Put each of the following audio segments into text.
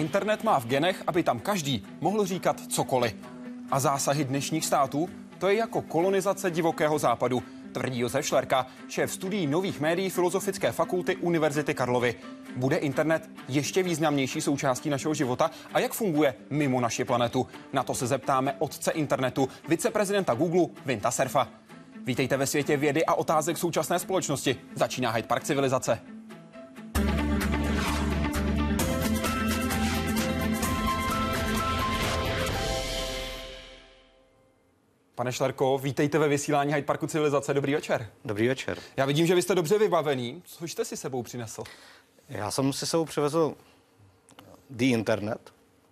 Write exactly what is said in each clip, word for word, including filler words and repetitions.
Internet má v genech, aby tam každý mohl říkat cokoliv. A zásahy dnešních států, to je jako kolonizace divokého západu, tvrdí Josef Šlerka, šéf studií nových médií Filozofické fakulty Univerzity Karlovy. Bude internet ještě významnější součástí našeho života a jak funguje mimo naši planetu? Na to se zeptáme otce internetu, viceprezidenta Google Vinta Cerfa. Vítejte ve světě vědy a otázek současné společnosti. Začíná Hyde Park civilizace. Pane Šlerko, vítejte ve vysílání Hyde Parku civilizace. Dobrý večer. Dobrý večer. Já vidím, že vy jste dobře vybavený. Co jste si sebou přinesl? Já jsem si sebou přivezl The Internet.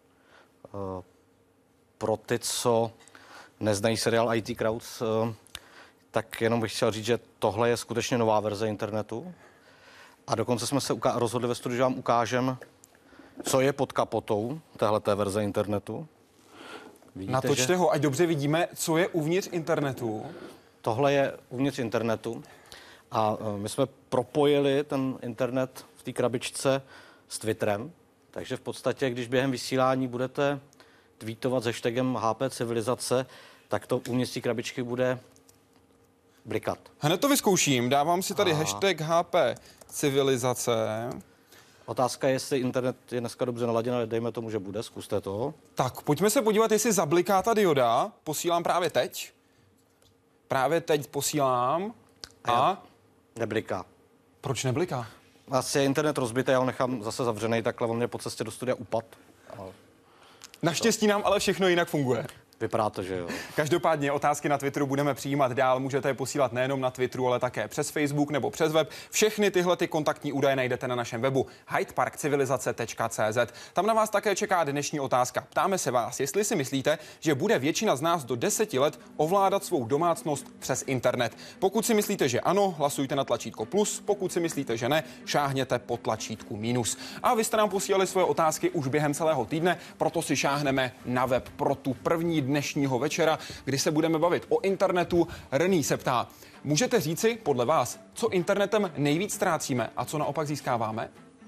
Pro ty, co neznají seriál í té Crowds, tak jenom bych chtěl říct, že tohle je skutečně nová verze internetu. A dokonce jsme se uká- rozhodli ve studiu, že vám ukážem, co je pod kapotou téhleté verze internetu. Vidíte, Natočte že... ho, ať dobře vidíme, co je uvnitř internetu. Tohle je uvnitř internetu a my jsme propojili ten internet v té krabičce s Twitterem, takže v podstatě, když během vysílání budete tweetovat s hashtagem H P civilizace, tak to uvnitř té krabičky bude blikat. Hned to vyzkouším, dávám si tady a... hashtag H P civilizace. Otázka je, jestli internet je dneska dobře naladěn, ale dejme tomu, že bude, zkuste to. Tak, pojďme se podívat, jestli zabliká ta dioda. Posílám právě teď. Právě teď posílám a... a... Nebliká. Proč nebliká? Asi je internet rozbitý, já ho nechám zase zavřený, takhle on mě po cestě do studia upad. Ale... Naštěstí nám ale všechno jinak funguje. Vypadá to, že jo. Každopádně otázky na Twitteru budeme přijímat dál. Můžete je posílat nejenom na Twitteru, ale také přes Facebook nebo přes web. Všechny tyhle ty kontaktní údaje najdete na našem webu hyde park civilizace tečka cé zet. Tam na vás také čeká dnešní otázka. Ptáme se vás, jestli si myslíte, že bude většina z nás do deseti let ovládat svou domácnost přes internet. Pokud si myslíte, že ano, hlasujte na tlačítko plus. Pokud si myslíte, že ne, šáhněte po tlačítku minus. A vy jste nám posílali svoje otázky už během celého týdne, proto si šáhneme na web pro tu první dnešního večera, kdy se budeme bavit o internetu. Rený se ptá, můžete říci podle vás, co internetem nejvíc ztrácíme a co naopak získáváme?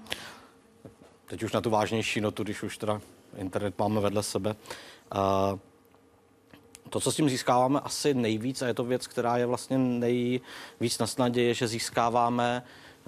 Teď už na tu vážnější notu, když už teda internet máme vedle sebe. Uh, to, co s tím získáváme asi nejvíc, a je to věc, která je vlastně nejvíc na snadě, je, že získáváme,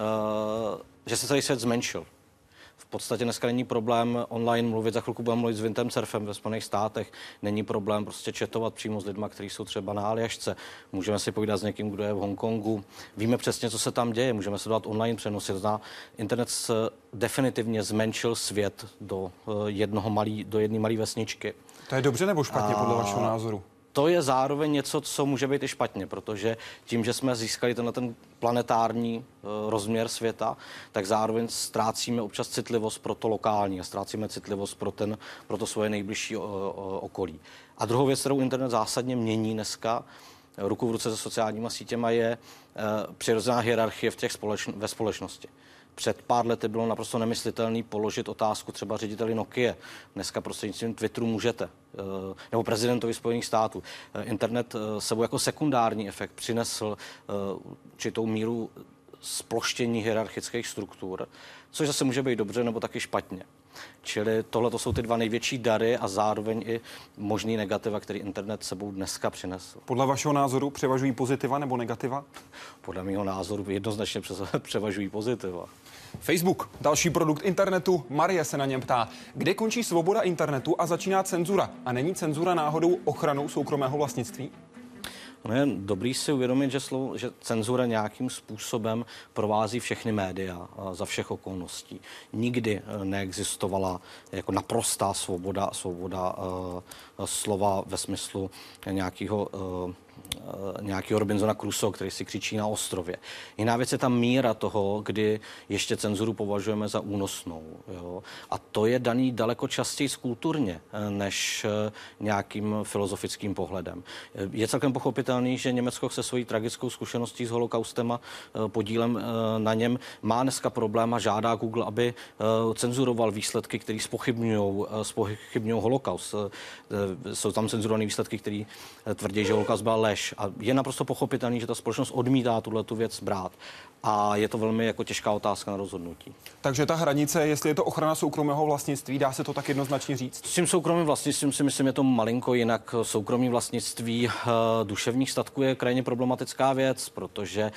uh, že se celý svět zmenšil. V podstatě dneska není problém online mluvit, za chvilku budeme mluvit s Vintem Cerfem ve Spojených státech, není problém prostě chatovat přímo s lidma, kteří jsou třeba na Aljašce, můžeme si povídat s někým, kdo je v Hongkongu, víme přesně, co se tam děje, můžeme se dát online přenosy, to znamená, internet definitivně zmenšil svět do jednoho malý, do jedné malé vesničky. To je dobře nebo špatně podle vašeho názoru? To je zároveň něco, co může být i špatně, protože tím, že jsme získali tenhle ten planetární uh, rozměr světa, tak zároveň ztrácíme občas citlivost pro to lokální a ztrácíme citlivost pro, ten, pro to svoje nejbližší uh, uh, okolí. A druhou věc, kterou internet zásadně mění dneska, ruku v ruce se sociálníma sítěma, je uh, přirozená hierarchie v těch společ- ve společnosti. Před pár lety bylo naprosto nemyslitelné položit otázku třeba řediteli Nokia. Dneska prostřednictvím Twitteru můžete. Nebo prezidentovi Spojených států. Internet sebou jako sekundární efekt přinesl určitou míru sploštění hierarchických struktur, což zase může být dobře nebo taky špatně. Čili tohle to jsou ty dva největší dary a zároveň i možný negativa, který internet sebou dneska přinesl. Podle vašeho názoru převažují pozitiva nebo negativa? Podle mého názoru jednoznačně převažují pozitiva. Facebook, další produkt internetu. Marie se na něm ptá, kde končí svoboda internetu a začíná cenzura? A není cenzura náhodou ochranou soukromého vlastnictví? No je dobrý si uvědomit, že, slovo, že cenzura nějakým způsobem provází všechny média za všech okolností. Nikdy neexistovala jako naprostá svoboda, svoboda uh, slova ve smyslu nějakého uh, nějakého Robinsona Crusoe, který si křičí na ostrově. Jiná věc je ta míra toho, kdy ještě cenzuru považujeme za únosnou. Jo? A to je daný daleko častěji kulturně, než nějakým filozofickým pohledem. Je celkem pochopitelný, že Německo se svojí tragickou zkušeností s holokaustem a podílem na něm má dneska problém a žádá Google, aby cenzuroval výsledky, které zpochybňují holokaust. Jsou tam cenzurované výsledky, které tvrdí, že holokaust byla lež. proč. A je naprosto pochopitelný, že ta společnost odmítá tuhletu věc brát. A je to velmi jako těžká otázka na rozhodnutí. Takže ta hranice, jestli je to ochrana soukromého vlastnictví, dá se to tak jednoznačně říct? S tím soukromým vlastnictvím si myslím, je to malinko jinak. Soukromí vlastnictví duševních statků je krajně problematická věc, protože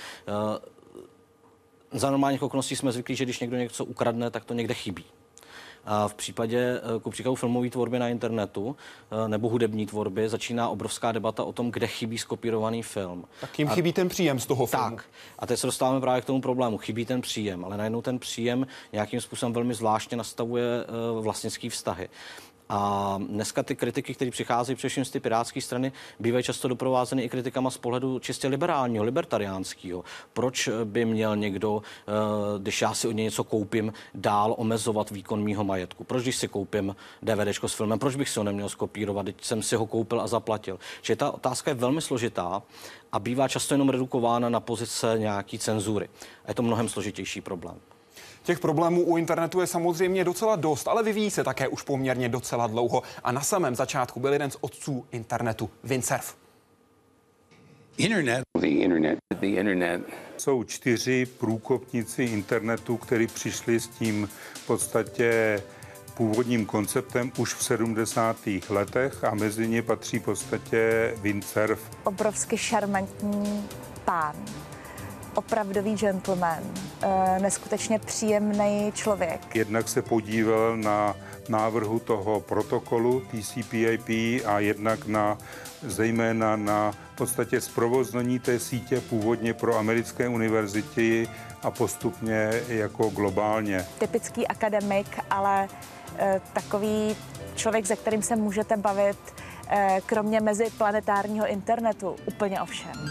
za normálních okolností jsme zvyklí, že když někdo něco ukradne, tak to někde chybí. A v případě, ku příkladu, filmové tvorby na internetu nebo hudební tvorby začíná obrovská debata o tom, kde chybí skopírovaný film. Tak jim a, chybí ten příjem z toho filmu. Tak. A teď se dostáváme právě k tomu problému. Chybí ten příjem, ale najednou ten příjem nějakým způsobem velmi zvláštně nastavuje vlastnický vztahy. A dneska ty kritiky, které přicházejí především z ty pirátské strany, bývají často doprovázeny i kritikama z pohledu čistě liberálního, libertariánského. Proč by měl někdo, když já si od něj něco koupím, dál omezovat výkon mýho majetku? Proč, když si koupím DVDčko s filmem, proč bych si ho neměl skopírovat, když jsem si ho koupil a zaplatil? Čili ta otázka je velmi složitá a bývá často jenom redukována na pozice nějaký cenzury. A je to mnohem složitější problém. Těch problémů u internetu je samozřejmě docela dost, ale vyvíjí se také už poměrně docela dlouho. A na samém začátku byl jeden z otců internetu, Windsurf. Internet. The internet. The internet. Jsou čtyři průkopníci internetu, kteří přišli s tím v podstatě původním konceptem už v sedmdesátých letech a mezi ně patří v podstatě Windsurf. Obrovsky šarmantní pán. Opravdový gentleman, neskutečně příjemný člověk. Jednak se podílel na návrhu toho protokolu T C P I P a jednak na, zejména na v podstatě zprovoznání té sítě původně pro americké univerzity a postupně jako globálně. Typický akademik, ale e, takový člověk, se kterým se můžete bavit, e, kromě meziplanetárního internetu, úplně o všem.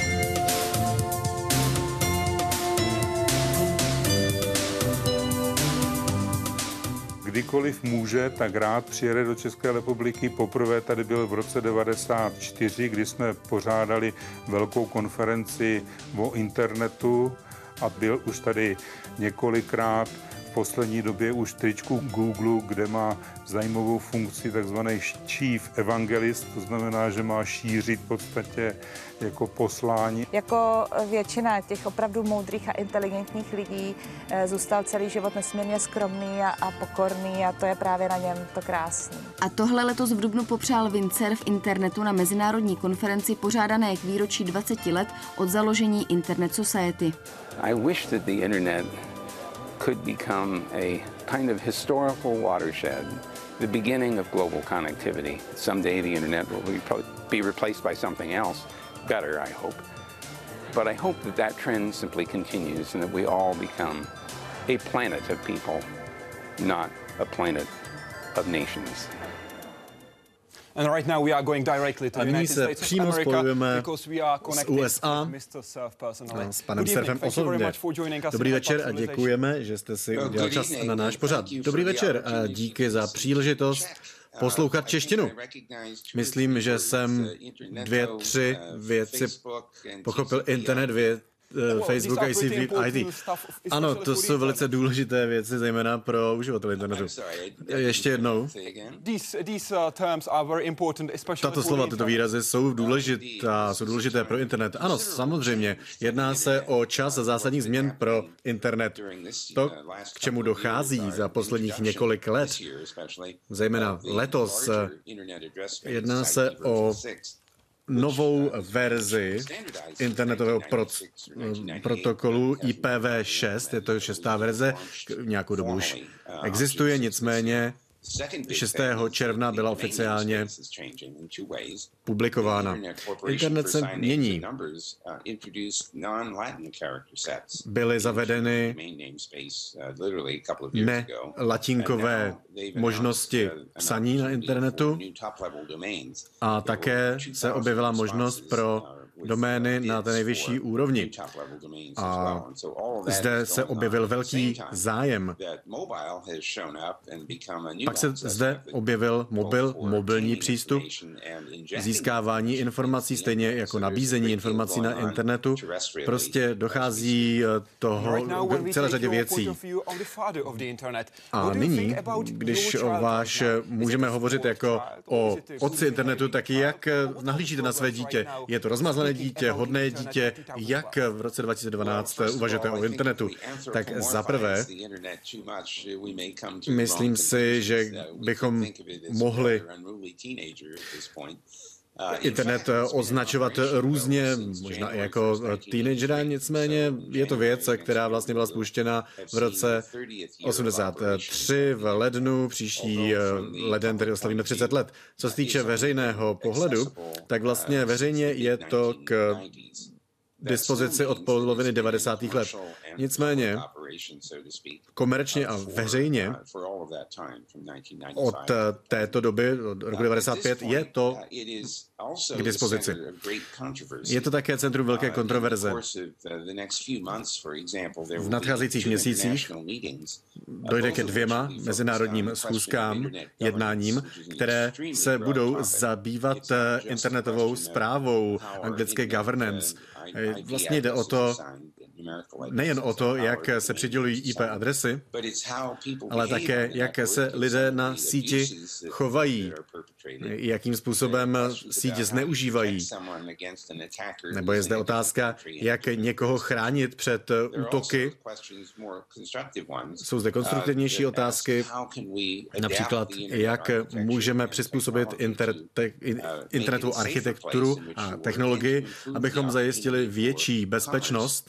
Kdykoliv může, tak rád přijede do České republiky. Poprvé tady byl v roce devadesát čtyři, kdy jsme pořádali velkou konferenci o internetu a byl už tady několikrát. V poslední době už tričku Google, kde má zajímavou funkci takzvaný chief evangelist, to znamená, že má šířit v podstatě jako poslání. Jako většina těch opravdu moudrých a inteligentních lidí zůstal celý život nesmírně skromný a, a pokorný a to je právě na něm to krásný. A tohle letos v dubnu popřál Windsurf internetu na mezinárodní konferenci pořádané k výročí dvacet let od založení Internet Society. I wish that the internet could become a kind of historical watershed, the beginning of global connectivity. Someday the internet will be replaced by something else, better, I hope. But I hope that that trend simply continues and that we all become a planet of people, not a planet of nations. And right now we are going directly to A nyní se přímo spojujeme s U S A s panem Surfem osobně. Dobrý večer a děkujeme, že jste si udělal čas na náš pořad. Dobrý večer a díky za příležitost poslouchat češtinu. Myslím, že jsem dvě, tři věci pochopil. Internet, věc, Facebook, I C, I T. Ano, to jsou velice důležité věci, zejména pro uživatele internetu. Ještě jednou. Tato slova, tyto výrazy jsou důležitá, jsou důležité pro internet. Ano, samozřejmě. Jedná se o čas a zásadních změn pro internet. To, k čemu dochází za posledních několik let, zejména letos, jedná se o novou verzi internetového pro, protokolu I P v šest, je to šestá verze, nějakou dobu už existuje, nicméně šestého června byla oficiálně publikována. Internet se mění. Byly zavedeny nelatinkové možnosti psaní na internetu a také se objevila možnost pro domény na té nejvyšší úrovni. A zde se objevil velký zájem. Pak se zde objevil mobil, mobilní přístup, získávání informací, stejně jako nabízení informací na internetu. Prostě dochází toho k celé řadě věcí. A nyní, když o váš můžeme hovořit jako o otci internetu, tak jak nahlížíte na své dítě? Je to rozmazlené dítě, hodné dítě? Jak v roce dva tisíce dvanáct uvažujete o internetu? Tak zaprvé, myslím si, že bychom mohli internet označovat různě, možná i jako teenagera, nicméně je to věc, která vlastně byla spuštěna v roce osmdesát tři v lednu, příští leden, tedy oslavíme třicet let. Co se týče veřejného pohledu, tak vlastně veřejně je to k dispozici od poloviny devadesátých let. Nicméně komerčně a veřejně od této doby, od roku devadesát pět, je to k dispozici. Je to také centrum velké kontroverze. V nadcházejících měsících dojde ke dvěma mezinárodním schůzkám, jednáním, které se budou zabývat internetovou správou, anglické governance. Vlastně jde o to, nejen o to, jak se přidělují í pé adresy, ale také, jak se lidé na síti chovají, jakým způsobem síť zneužívají. Nebo je zde otázka, jak někoho chránit před útoky. Jsou zde konstruktivnější otázky, například, jak můžeme přizpůsobit inter, te, internetovou architekturu a technologii, abychom zajistili větší bezpečnost.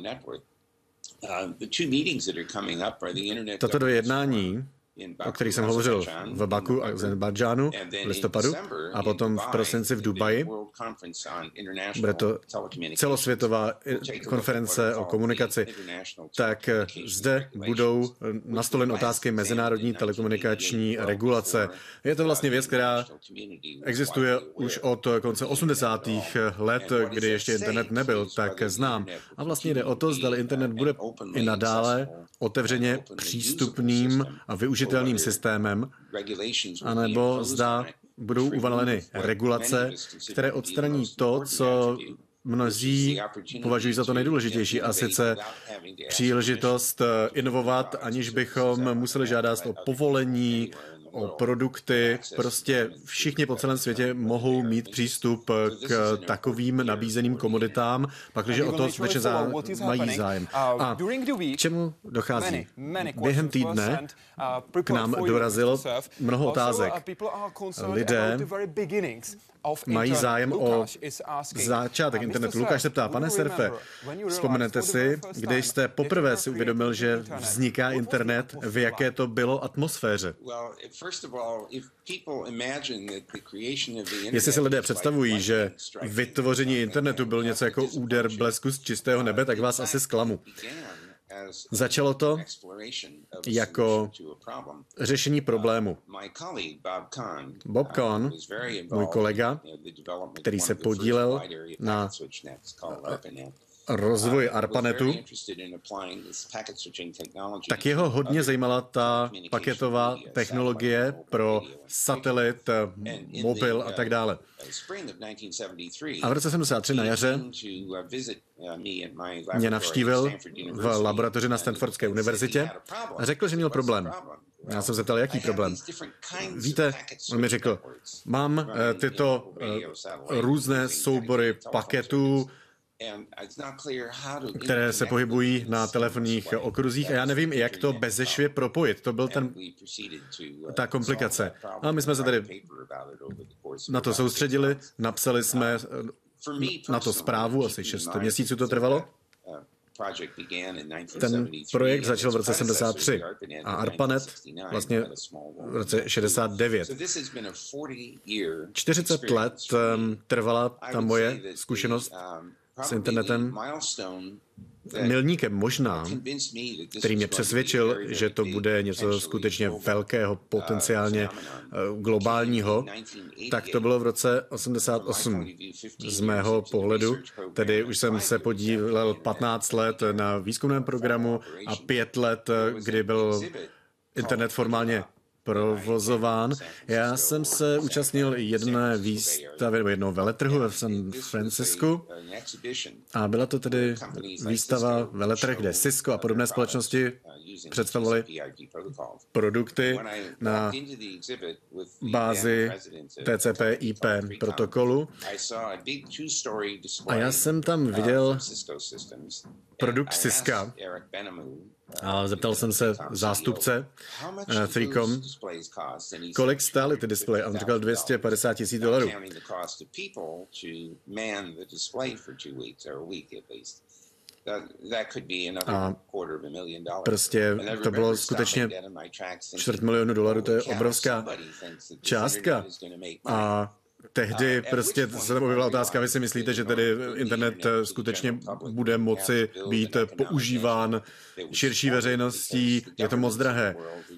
Tato dvě jednání, o kterých jsem hovořil v Baku a Azerbajdžánu v listopadu a potom v prosinci v Dubaji. Bude to celosvětová konference o komunikaci. Tak zde budou nastoleny otázky mezinárodní telekomunikační regulace. Je to vlastně věc, která existuje už od konce osmdesátých let, kdy ještě internet nebyl tak znám. A vlastně jde o to, zda internet bude i nadále otevřeně přístupným a využitelným systémem, anebo zda budou uvaleny regulace, které odstraní to, co mnozí považují za to nejdůležitější, a sice příležitost inovovat, aniž bychom museli žádat o povolení, o produkty. Prostě všichni po celém světě mohou mít přístup k takovým nabízeným komoditám, pakliže o to skutečně zá, mají zájem. A k čemu dochází? Během týdne k nám dorazilo mnoho otázek. Lidé mají zájem o začátek internetu. Lukáš se ptá, pane Surfe, vzpomenete si, když jste poprvé si uvědomil, že vzniká internet, v jaké to bylo atmosféře? Jestli si lidé představují, že vytvoření internetu bylo něco jako úder blesku z čistého nebe, tak vás asi zklamu. Začalo to jako řešení problému. Bob Kahn, můj kolega, který se podílel na rozvoji ARPANETu, tak jeho hodně zajímala ta paketová technologie pro satelit, mobil a tak dále. A v roce sedmdesát tři na jaře mě navštívil v laboratoři na Stanfordské univerzitě a řekl, že měl problém. Já jsem se ptal, jaký problém. Víte, on mi řekl, mám tyto různé soubory paketů, které se pohybují na telefonních okruzích a já nevím, jak to bezešvě propojit. To byl ten, ta komplikace. A my jsme se tady na to soustředili, napsali jsme na to zprávu, asi šest měsíců to trvalo. Ten projekt začal v roce sedmdesát tři a ARPANET vlastně v roce šedesát devět. čtyřicet let trvala ta moje zkušenost s internetem. Milníkem možná, který mě přesvědčil, že to bude něco skutečně velkého, potenciálně globálního, tak to bylo v roce osmdesát osm. Z mého pohledu, tedy už jsem se podílel patnáct let na výzkumném programu a pět let, kdy byl internet formálně provozován. Já jsem se účastnil jedné výstavy, nebo jednoho veletrhu ve San Francisku a byla to tedy výstava veletrh, kde Cisco a podobné společnosti představovaly produkty na bázi T C P I P protokolu. A já jsem tam viděl produkt Cisca a zeptal jsem se zástupce uh, tři kom, kolik stály ty displeje. A on říkal dvě stě padesát tisíc dolarů. A prostě to bylo skutečně čtvrt milionu dolarů, to je obrovská částka. A tehdy prostě se tam objevila otázka, vy si myslíte, že tedy internet skutečně bude moci být používán širší veřejností, je to moc drahé.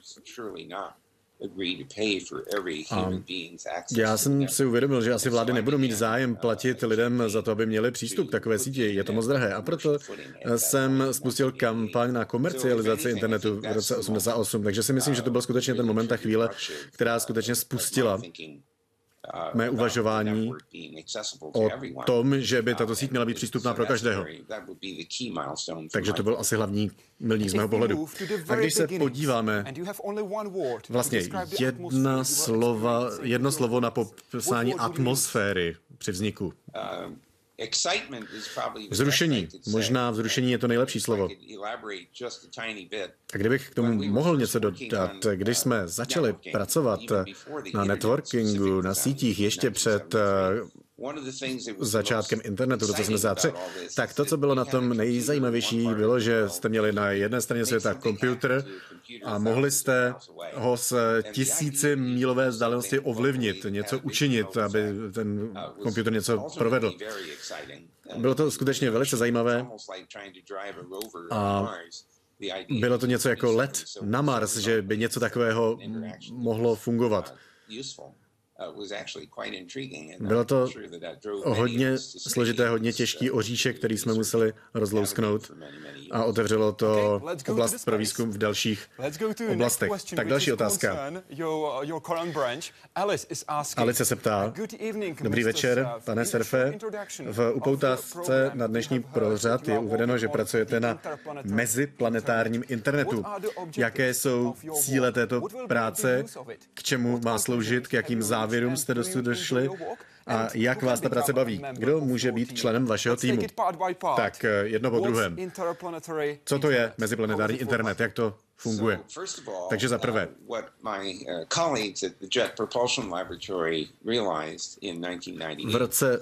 A já jsem si uvědomil, že asi vlády nebudou mít zájem platit lidem za to, aby měli přístup k takové síti. Je to moc drahé. A proto jsem spustil kampaň na komercializaci internetu v roce osmdesát osm. Takže si myslím, že to byl skutečně ten moment a chvíle, která skutečně spustila mé uvažování o tom, že by tato síť měla být přístupná pro každého. Takže to byl asi hlavní milník z mého pohledu. A když se podíváme, vlastně jedna slova, jedno slovo na popsání atmosféry při vzniku. Vzrušení. Možná vzrušení je to nejlepší slovo. A kdybych k tomu mohl něco dodat, když jsme začali pracovat na networkingu, na sítích ještě před začátkem internetu v roce osmdesát tři, tak to, co bylo na tom nejzajímavější, bylo, že jste měli na jedné straně světa počítač a mohli jste ho z tisíci mílové vzdálenosti ovlivnit, něco učinit, aby ten počítač něco provedl. Bylo to skutečně velice zajímavé a bylo to něco jako let na Mars, že by něco takového mohlo fungovat. Bylo to hodně složité, hodně těžký oříšek, který jsme museli rozlousknout a otevřelo to oblast pro výzkum v dalších oblastech. Tak další otázka. Alice se ptá, dobrý večer, pane Serfe. V upoutávce na dnešní pořad je uvedeno, že pracujete na meziplanetárním internetu. Jaké jsou cíle této práce, k čemu má sloužit, k jakým závěrům závěrům jste dosud došli a jak vás ta práce baví? Kdo může být členem vašeho týmu? Tak jedno po druhém. Co to je meziplanetární internet? Jak to funguje? Takže za prvé. V roce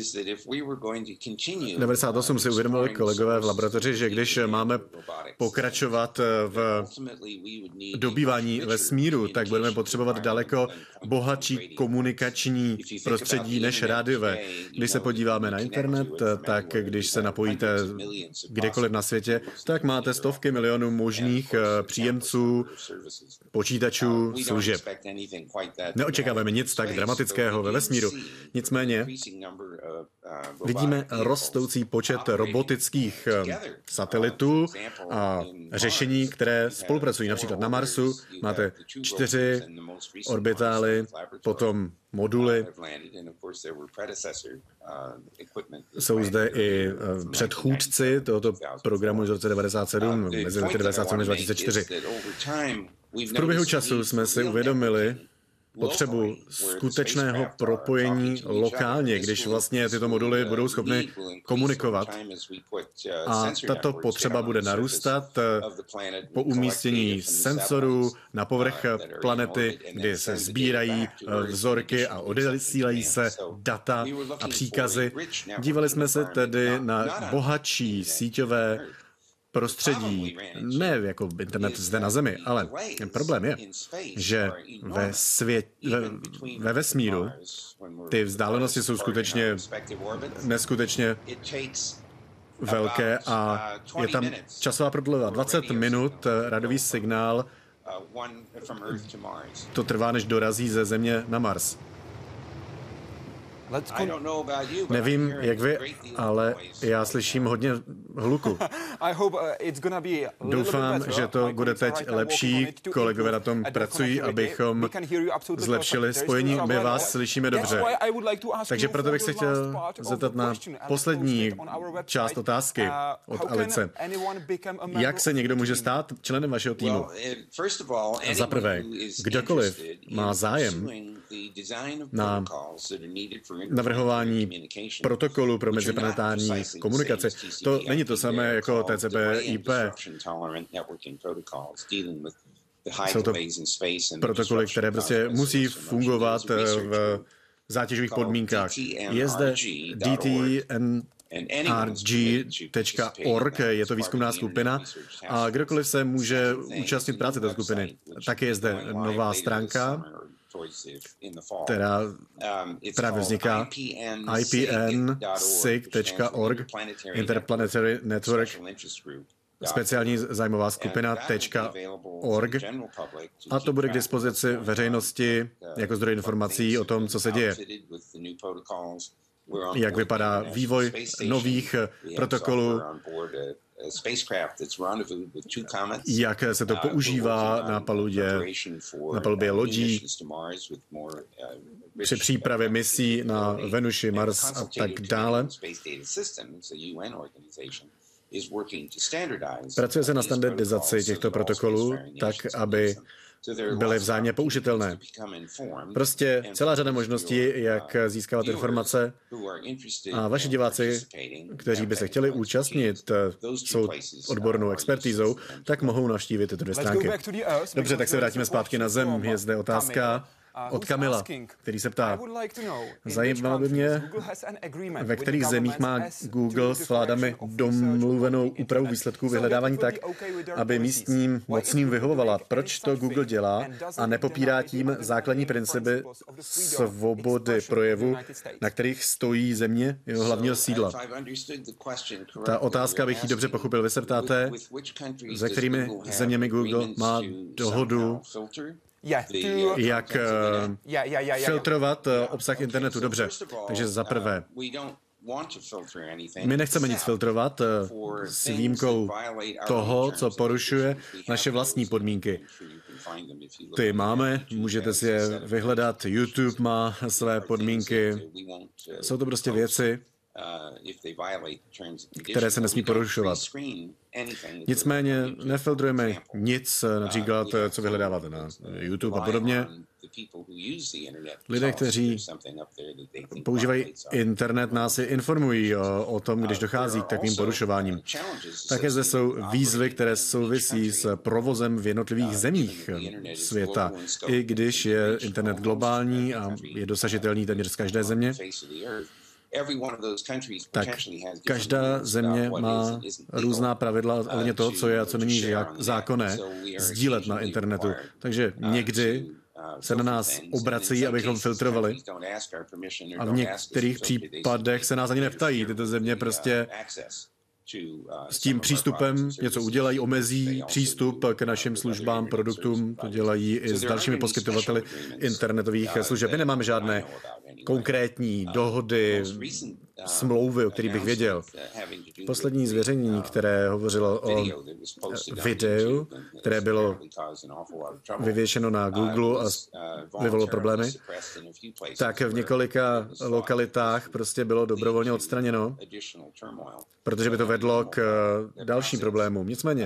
devadesát osm si uvědomili kolegové v laboratoři, že když máme pokračovat v dobývání vesmíru, tak budeme potřebovat daleko bohatší komunikační prostředí než rádiové. Když se podíváme na internet, tak když se napojíte kdekoliv na světě, tak máte stovky milionů možných příjemců, počítačů, služeb. Neočekáváme nic tak dramatického ve vesmíru. Nicméně vidíme rostoucí počet robotických satelitů a řešení, které spolupracují. Například na Marsu máte čtyři orbitály, potom moduly. Jsou zde i předchůdci tohoto programu z roce devadesát sedm, mezi roky devadesát sedm až dva tisíce čtyři. V průběhu času jsme si uvědomili potřebu skutečného propojení lokálně, když vlastně tyto moduly budou schopny komunikovat. A tato potřeba bude narůstat po umístění senzorů na povrch planety, kdy se sbírají vzorky a odesílají se data a příkazy. Dívali jsme se tedy na bohatší síťové prostředí, ne jako internet zde na Zemi, ale problém je, že ve, svět, ve, ve vesmíru ty vzdálenosti jsou skutečně neskutečně velké a je tam časová prodleva. dvacet minut radový signál, to trvá, než dorazí ze Země na Mars. Nevím, jak vy, ale já slyším hodně hluku. Doufám, že to bude teď lepší. Kolegové na tom pracují, abychom zlepšili spojení. My vás slyšíme dobře. Takže proto bych se chtěl zeptat na poslední část otázky od Alice. Jak se někdo může stát členem vašeho týmu? Za prvé, kdokoliv má zájem na navrhování protokolu pro meziplanetární komunikaci, to není to samé jako T C P I P. Jsou to protokoly, které prostě musí fungovat v zátěžových podmínkách. Je zde D T N R G tečka org, je to výzkumná skupina a kdokoliv se může účastnit práce té skupiny. Také je zde nová stránka, která právě vzniká I P N sig tečka org, Interplanetary Network, speciální zájmová skupina .org, a to bude k dispozici veřejnosti jako zdroj informací o tom, co se děje. Jak vypadá vývoj nových protokolů, jak se to používá na palubě, na palubě lodí, při přípravě misí na Venuši, Mars a tak dále. Pracuje se na standardizaci těchto protokolů tak, aby byly vzájemně použitelné. Prostě celá řada možností, jak získávat informace, a vaši diváci, kteří by se chtěli účastnit svou odbornou expertízou, tak mohou navštívit tyto dvě stránky. Dobře, tak se vrátíme zpátky na Zem. Je zde otázka od Kamila, který se ptá, zajímalo by mě, ve kterých zemích má Google s vládami domluvenou úpravu výsledků vyhledávání tak, aby místním mocným vyhovovala. Proč to Google dělá a nepopírá tím základní principy svobody projevu, na kterých stojí země jeho hlavního sídla? Ta otázka, bych ji dobře pochopil. Vy se ptáte, se kterými zeměmi Google má dohodu, jak filtrovat obsah internetu. Dobře, takže za prvé, my nechceme nic filtrovat s výjimkou toho, co porušuje naše vlastní podmínky. Ty máme, můžete si je vyhledat, YouTube má své podmínky, jsou to prostě věci, které se nesmí porušovat. Nicméně nefiltrujeme nic, například co vyhledáváte na YouTube a podobně. Lidé, kteří používají internet, nás i informují o, o tom, když dochází k takovým porušováním. Také zde jsou výzvy, které souvisí s provozem v jednotlivých zemích světa. I když je internet globální a je dosažitelný téměř z každé země, tak každá země má různá pravidla ohledně toho, co je a co není zákonné sdílet na internetu. Takže někdy se na nás obracejí, abychom filtrovali. A v některých případech se nás ani neptají. Tyto země prostě s tím přístupem něco udělají, omezí přístup k našim službám, produktům, to dělají i s dalšími poskytovateli internetových služeb. My nemáme žádné konkrétní dohody, smlouvy, o kterých bych věděl. Poslední zveřejnění, které hovořilo o videu, které bylo vyvěšeno na Google a vyvolalo problémy, tak v několika lokalitách prostě bylo dobrovolně odstraněno, protože by to vedlo k dalším problémům. Nicméně,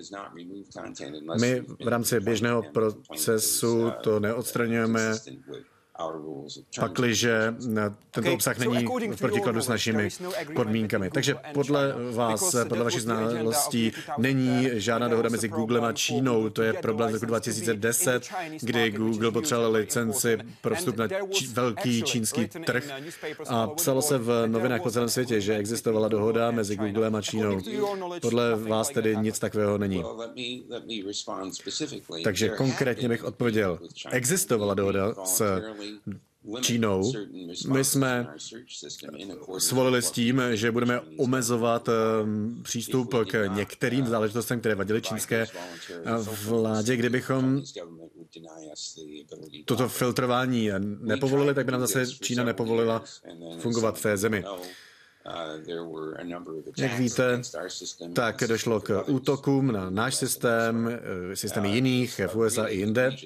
my v rámci běžného procesu to neodstraňujeme, pakliže tento obsah není v protikladu s našimi podmínkami. Takže podle vás, podle vašich znalostí, není žádná dohoda mezi Googlem a Čínou. To je problém z roku dva tisíce deset, kdy Google potřeboval licenci pro vstup na či- velký čínský trh a psalo se v novinách po celém světě, že existovala dohoda mezi Googlem a Čínou. Podle vás tedy nic takového není. Takže konkrétně bych odpověděl, existovala dohoda s Čínou. My jsme svolili s tím, že budeme omezovat přístup k některým záležitostem, které vadily čínské vládě. Kdybychom toto filtrování nepovolili, tak by nám zase Čína nepovolila fungovat v té zemi. Jak víte, tak došlo k útokům na náš systém, systémy jiných v U S A i jinde.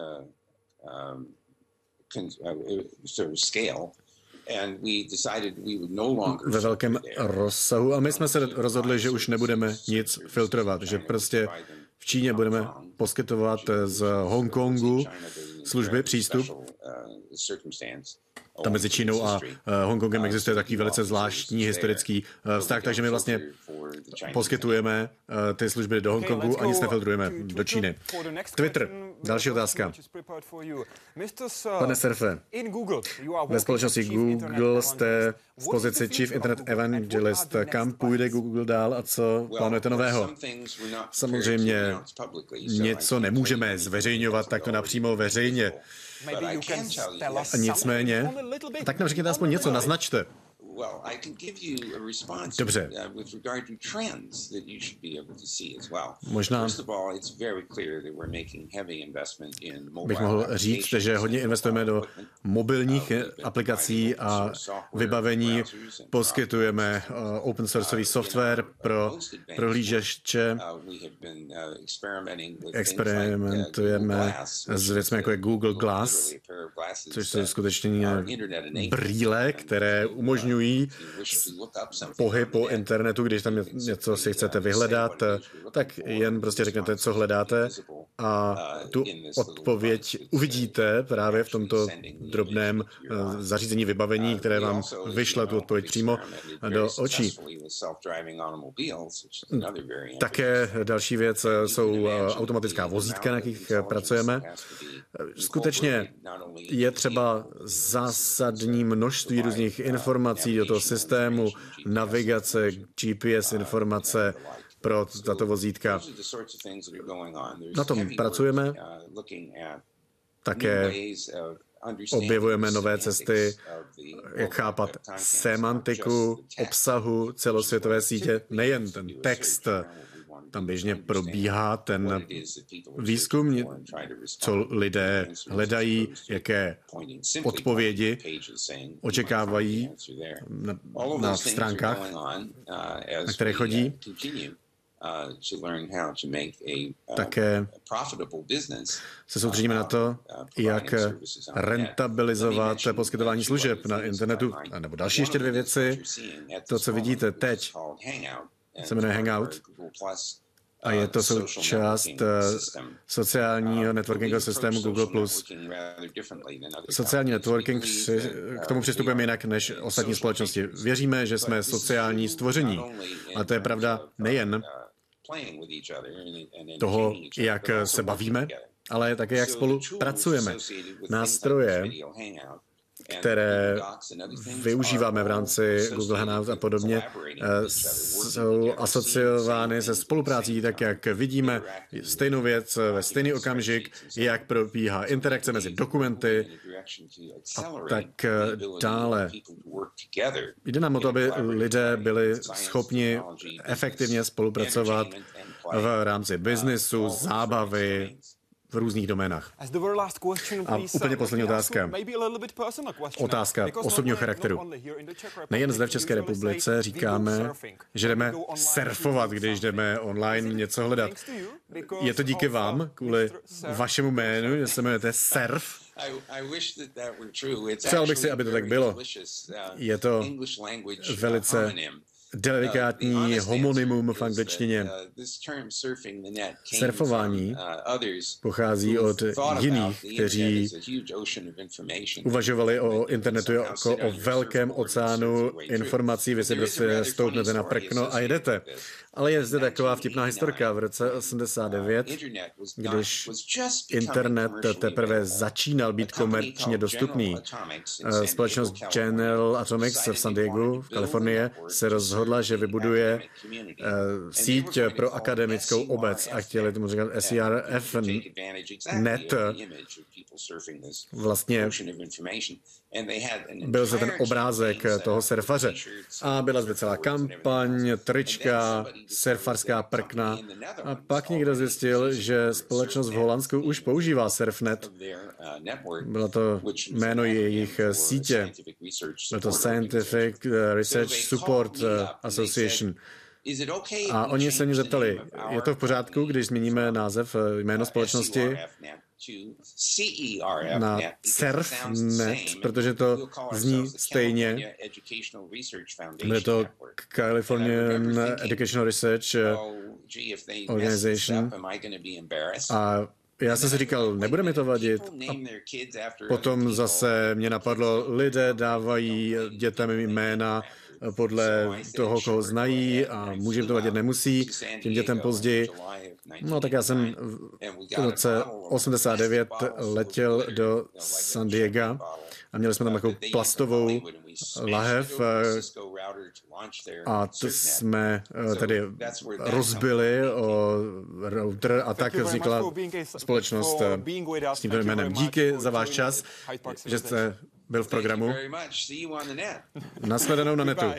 Ve velkém rozsahu a my jsme se rozhodli, že už nebudeme nic filtrovat, že prostě v Číně budeme poskytovat z Hongkongu služby, přístup. Tam mezi Čínou a Hongkongem existuje takový velice zvláštní historický vztah, takže my vlastně poskytujeme ty služby do Hongkongu a nic nefiltrujeme do Číny. Twitter, další otázka. Pane Surfe, ve společnosti Google jste v pozici Chief Internet Evangelist. Kam půjde Google dál a co plánujete nového? Samozřejmě něco nemůžeme zveřejňovat takto napřímo veřejně. Nicméně, tak nám řekněte aspoň něco, naznačte. Dobře. Možná bych mohl říct, že hodně investujeme do mobilních aplikací a vybavení. Poskytujeme open sourceový software pro prohlížeče. Experimentujeme s věcmi jako je Google Glass, což jsou skutečně brýle, které umožňují pohyb po internetu, když tam něco si chcete vyhledat, tak jen prostě řeknete, co hledáte a tu odpověď uvidíte právě v tomto drobném zařízení vybavení, které vám vyšle tu odpověď přímo do očí. Také další věc jsou automatická vozítka, na jakých pracujeme. Skutečně je třeba zásadní množství různých informací do toho systému, navigace, G P S informace pro tato vozítka. Na tom pracujeme. Také objevujeme nové cesty, jak chápat semantiku obsahu celosvětové sítě, nejen ten text. Tam běžně probíhá ten výzkum, co lidé hledají, jaké odpovědi očekávají na, na stránkách, na které chodí. Také se soustředíme na to, jak rentabilizovat poskytování služeb na internetu, nebo další ještě dvě věci. To, co vidíte teď, se jmenuje Hangout a je to součást sociálního networkingového systému Google plus. Sociální networking, k tomu přistupujeme jinak než ostatní společnosti. Věříme, že jsme sociální stvoření. A to je pravda nejen toho, jak se bavíme, ale také, jak spolu pracujeme. Nástroje, které využíváme v rámci Google Hangout a podobně, jsou asociovány se spoluprácí, tak jak vidíme stejnou věc ve stejný okamžik, jak probíhá interakce mezi dokumenty a tak dále. Jde nám o to, aby lidé byli schopni efektivně spolupracovat v rámci biznesu, zábavy, v různých doménách. A úplně poslední otázka. Otázka osobního charakteru. Nejen zde v České republice říkáme, že jdeme surfovat, když jdeme online něco hledat. Je to díky vám, kvůli vašemu jménu, že se jmenujete Surf? Přál bych si, aby to tak bylo. Je to velice delikátní homonymum v angličtině. Surfování pochází od jiných, kteří uvažovali o internetu jako o velkém oceánu informací. Vy si prostě stoupnete na prkno a jdete. Ale je zde taková vtipná historka. V roce osmdesát devět, když internet teprve začínal být komerčně dostupný, společnost General Atomics v San Diegu v Kalifornii se rozhodla rozhodla, že vybuduje uh, síť pro akademickou obec a chtěli tomu říkat S E R F net. Vlastně byl se ten obrázek toho surfaře. A byla zde celá kampaň, trička, surfarská prkna. A pak někdo zjistil, že společnost v Holandsku už používá Surfnet. Bylo to jméno jejich sítě. Bylo to Scientific Research Support Association. A oni se mě zeptali, je to v pořádku, když změníme název, jméno společnosti na Surfnet, protože to zní stejně. Bude to Californian Educational Research Organization. A já jsem si říkal, nebude mi to vadit. A potom zase mě napadlo, lidé dávají dětem jména podle toho, koho znají a může jim to vadit, nemusí, tím dětem později. No tak já jsem v roce osmdesát devět letěl do San Diega a měli jsme tam takovou plastovou lahev a to jsme tedy rozbili o router a tak vznikla společnost s tímto jménem. Díky za váš čas, že jste byl v programu. Nashledanou na netu.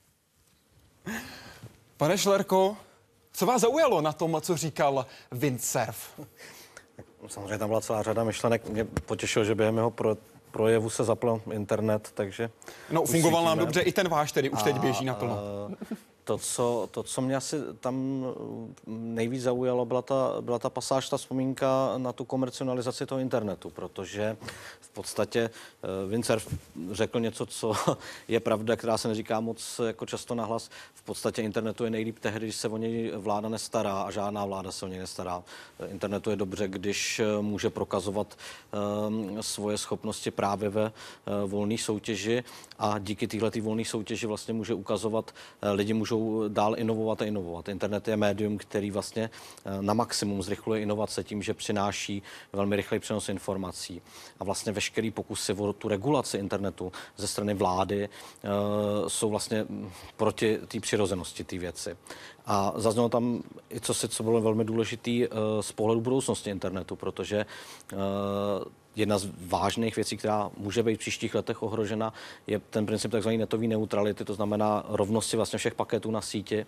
Pane Šlerko, co vás zaujalo na tom, co říkal Windsurf? Samozřejmě tam byla celá řada myšlenek. Mě potěšilo, že během jeho pro, projevu se zapl internet, takže... No, fungoval nám dobře, i ten váš tedy už a, teď běží naplno. To co, to, co mě asi tam nejvíc zaujalo, byla ta, byla ta pasáž, ta vzpomínka na tu komercionalizaci toho internetu, protože v podstatě Windsurf řekl něco, co je pravda, která se neříká moc jako často nahlas. V podstatě internetu je nejlíp tehdy, když se o něj vláda nestará a žádná vláda se o něj nestará. Internetu je dobře, když může prokazovat um, svoje schopnosti právě ve uh, volné soutěži a díky téhletý volné soutěži vlastně může ukazovat, uh, lidi můžou dál inovovat a inovovat. Internet je médium, který vlastně na maximum zrychluje inovace tím, že přináší velmi rychlý přenos informací. A vlastně veškerý pokusy o tu regulaci internetu ze strany vlády uh, jsou vlastně proti té přirozenosti té věci. A zaznělo tam i co, si, co bylo velmi důležitý uh, z pohledu budoucnosti internetu, protože uh, jedna z vážných věcí, která může být v příštích letech ohrožena, je ten princip tzv. Netové neutrality, to znamená rovnosti vlastně všech paketů na síti,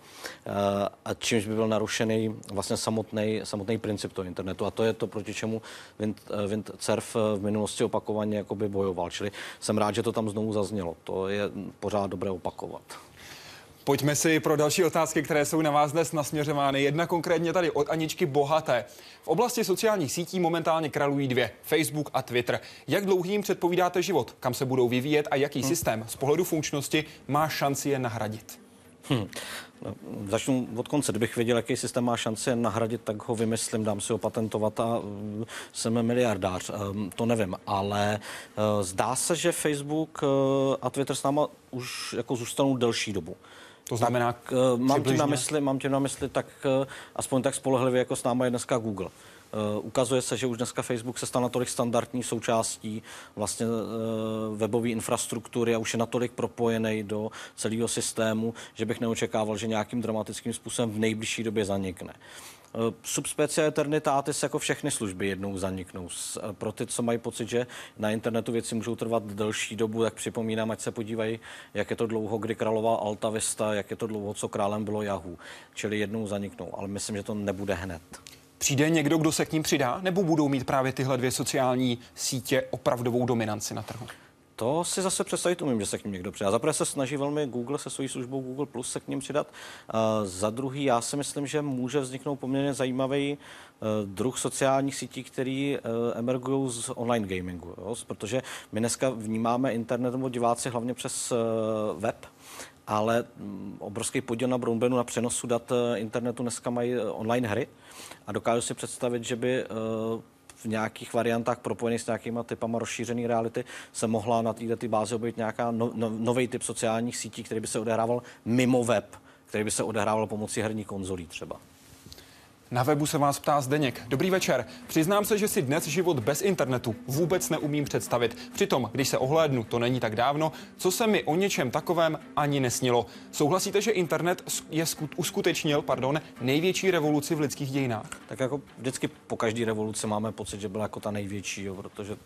a čímž by byl narušený vlastně samotný, samotný princip toho internetu. A to je to, proti čemu Windsurf v minulosti opakovaně jakoby bojoval. Čili jsem rád, že to tam znovu zaznělo. To je pořád dobré opakovat. Pojďme si pro další otázky, které jsou na vás dnes nasměřovány. Jedna konkrétně tady od Aničky Bohaté. V oblasti sociálních sítí momentálně králují dvě, Facebook a Twitter. Jak dlouhý jim předpovídáte život? Kam se budou vyvíjet a jaký hmm. systém z pohledu funkčnosti má šanci je nahradit? Hmm. No, začnu od konce. Kdybych věděl, jaký systém má šanci je nahradit, tak ho vymyslím, dám si ho patentovat a uh, jsem miliardář. Um, to nevím, ale uh, zdá se, že Facebook uh, a Twitter s náma už jako zůstanou delší dobu. To znamená, tak, uh, mám, tím na mysli, mám tím na mysli tak uh, aspoň tak spolehlivě, jako s náma je dneska Google. Uh, ukazuje se, že už dneska Facebook se stal natolik standardní součástí vlastně uh, webové infrastruktury a už je natolik propojený do celého systému, že bych neočekával, že nějakým dramatickým způsobem v nejbližší době zanikne. Uh, subspecia eternitatis jako všechny služby jednou zaniknou. Uh, pro ty, co mají pocit, že na internetu věci můžou trvat delší dobu, tak připomínám, ať se podívají, jak je to dlouho, kdy královala Alta Vista, jak je to dlouho, co králem bylo Yahoo. Čili jednou zaniknou, ale myslím, že to nebude hned. Přijde někdo, kdo se k ním přidá, nebo budou mít právě tyhle dvě sociální sítě opravdovou dominanci na trhu? To si zase představit umím, že se k ním někdo přidá. Za prvé se snaží velmi Google se svojí službou Google Plus se k ním přidat. Uh, za druhý, já si myslím, že může vzniknout poměrně zajímavý uh, druh sociálních sítí, který uh, emergují z online gamingu. Jo? Protože my dneska vnímáme internet nebo diváci hlavně přes uh, web, ale um, obrovský podíl na broadbandu, na přenosu dat uh, internetu dneska mají uh, online hry a dokážu si představit, že by uh, v nějakých variantách propojených s nějakýma typama rozšířené reality se mohla na této bázi objevit nějaká no, no, nový typ sociálních sítí, který by se odehrával mimo web, který by se odehrával pomocí herní konzolí třeba. Na webu se vás ptá Zdeněk. Dobrý večer. Přiznám se, že si dnes život bez internetu vůbec neumím představit. Přitom, když se ohlédnu, to není tak dávno, co se mi o něčem takovém ani nesnilo. Souhlasíte, že internet je skut, uskutečnil pardon, největší revoluci v lidských dějinách? Tak jako vždycky po každé revoluci máme pocit, že byla jako ta největší, jo, protože...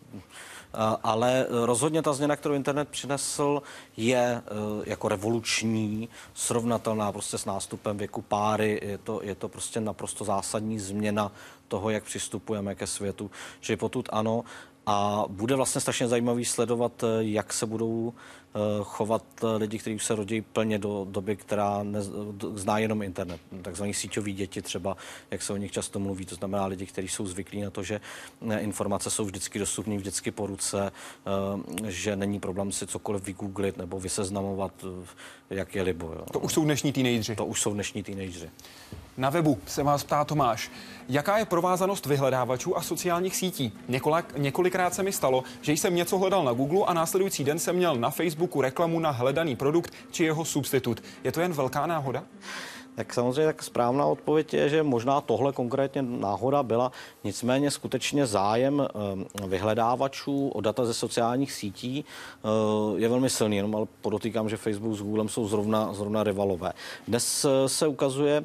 Ale rozhodně ta změna, kterou internet přinesl, je jako revoluční, srovnatelná prostě s nástupem věku páry. Je to, je to prostě naprosto zásadní změna toho, jak přistupujeme ke světu. Čili potud ano. A bude vlastně strašně zajímavý sledovat, jak se budou chovat lidi, kteří se rodí plně do doby, která ne, zná jenom internet. Takzvaní síťoví děti třeba, jak se o nich často mluví. To znamená lidi, kteří jsou zvyklí na to, že informace jsou vždycky dostupné, vždycky po ruce, že není problém si cokoliv vygooglit nebo vyseznamovat, jak je libo. Jo. To už jsou dnešní teenageři. To už jsou dnešní teenageři. Na webu se vás ptá Tomáš. Jaká je provázanost vyhledávačů a sociálních sítí? Několik, několikrát se mi stalo, že jsem něco hledal na Google a následující den jsem měl na Facebooku reklamu na hledaný produkt či jeho substitut. Je to jen velká náhoda? Tak samozřejmě tak správná odpověď je, že možná tohle konkrétně náhoda byla, nicméně skutečně zájem vyhledávačů o data ze sociálních sítí je velmi silný, jenom ale podotýkám, že Facebook s Googlem jsou zrovna, zrovna rivalové. Dnes se ukazuje,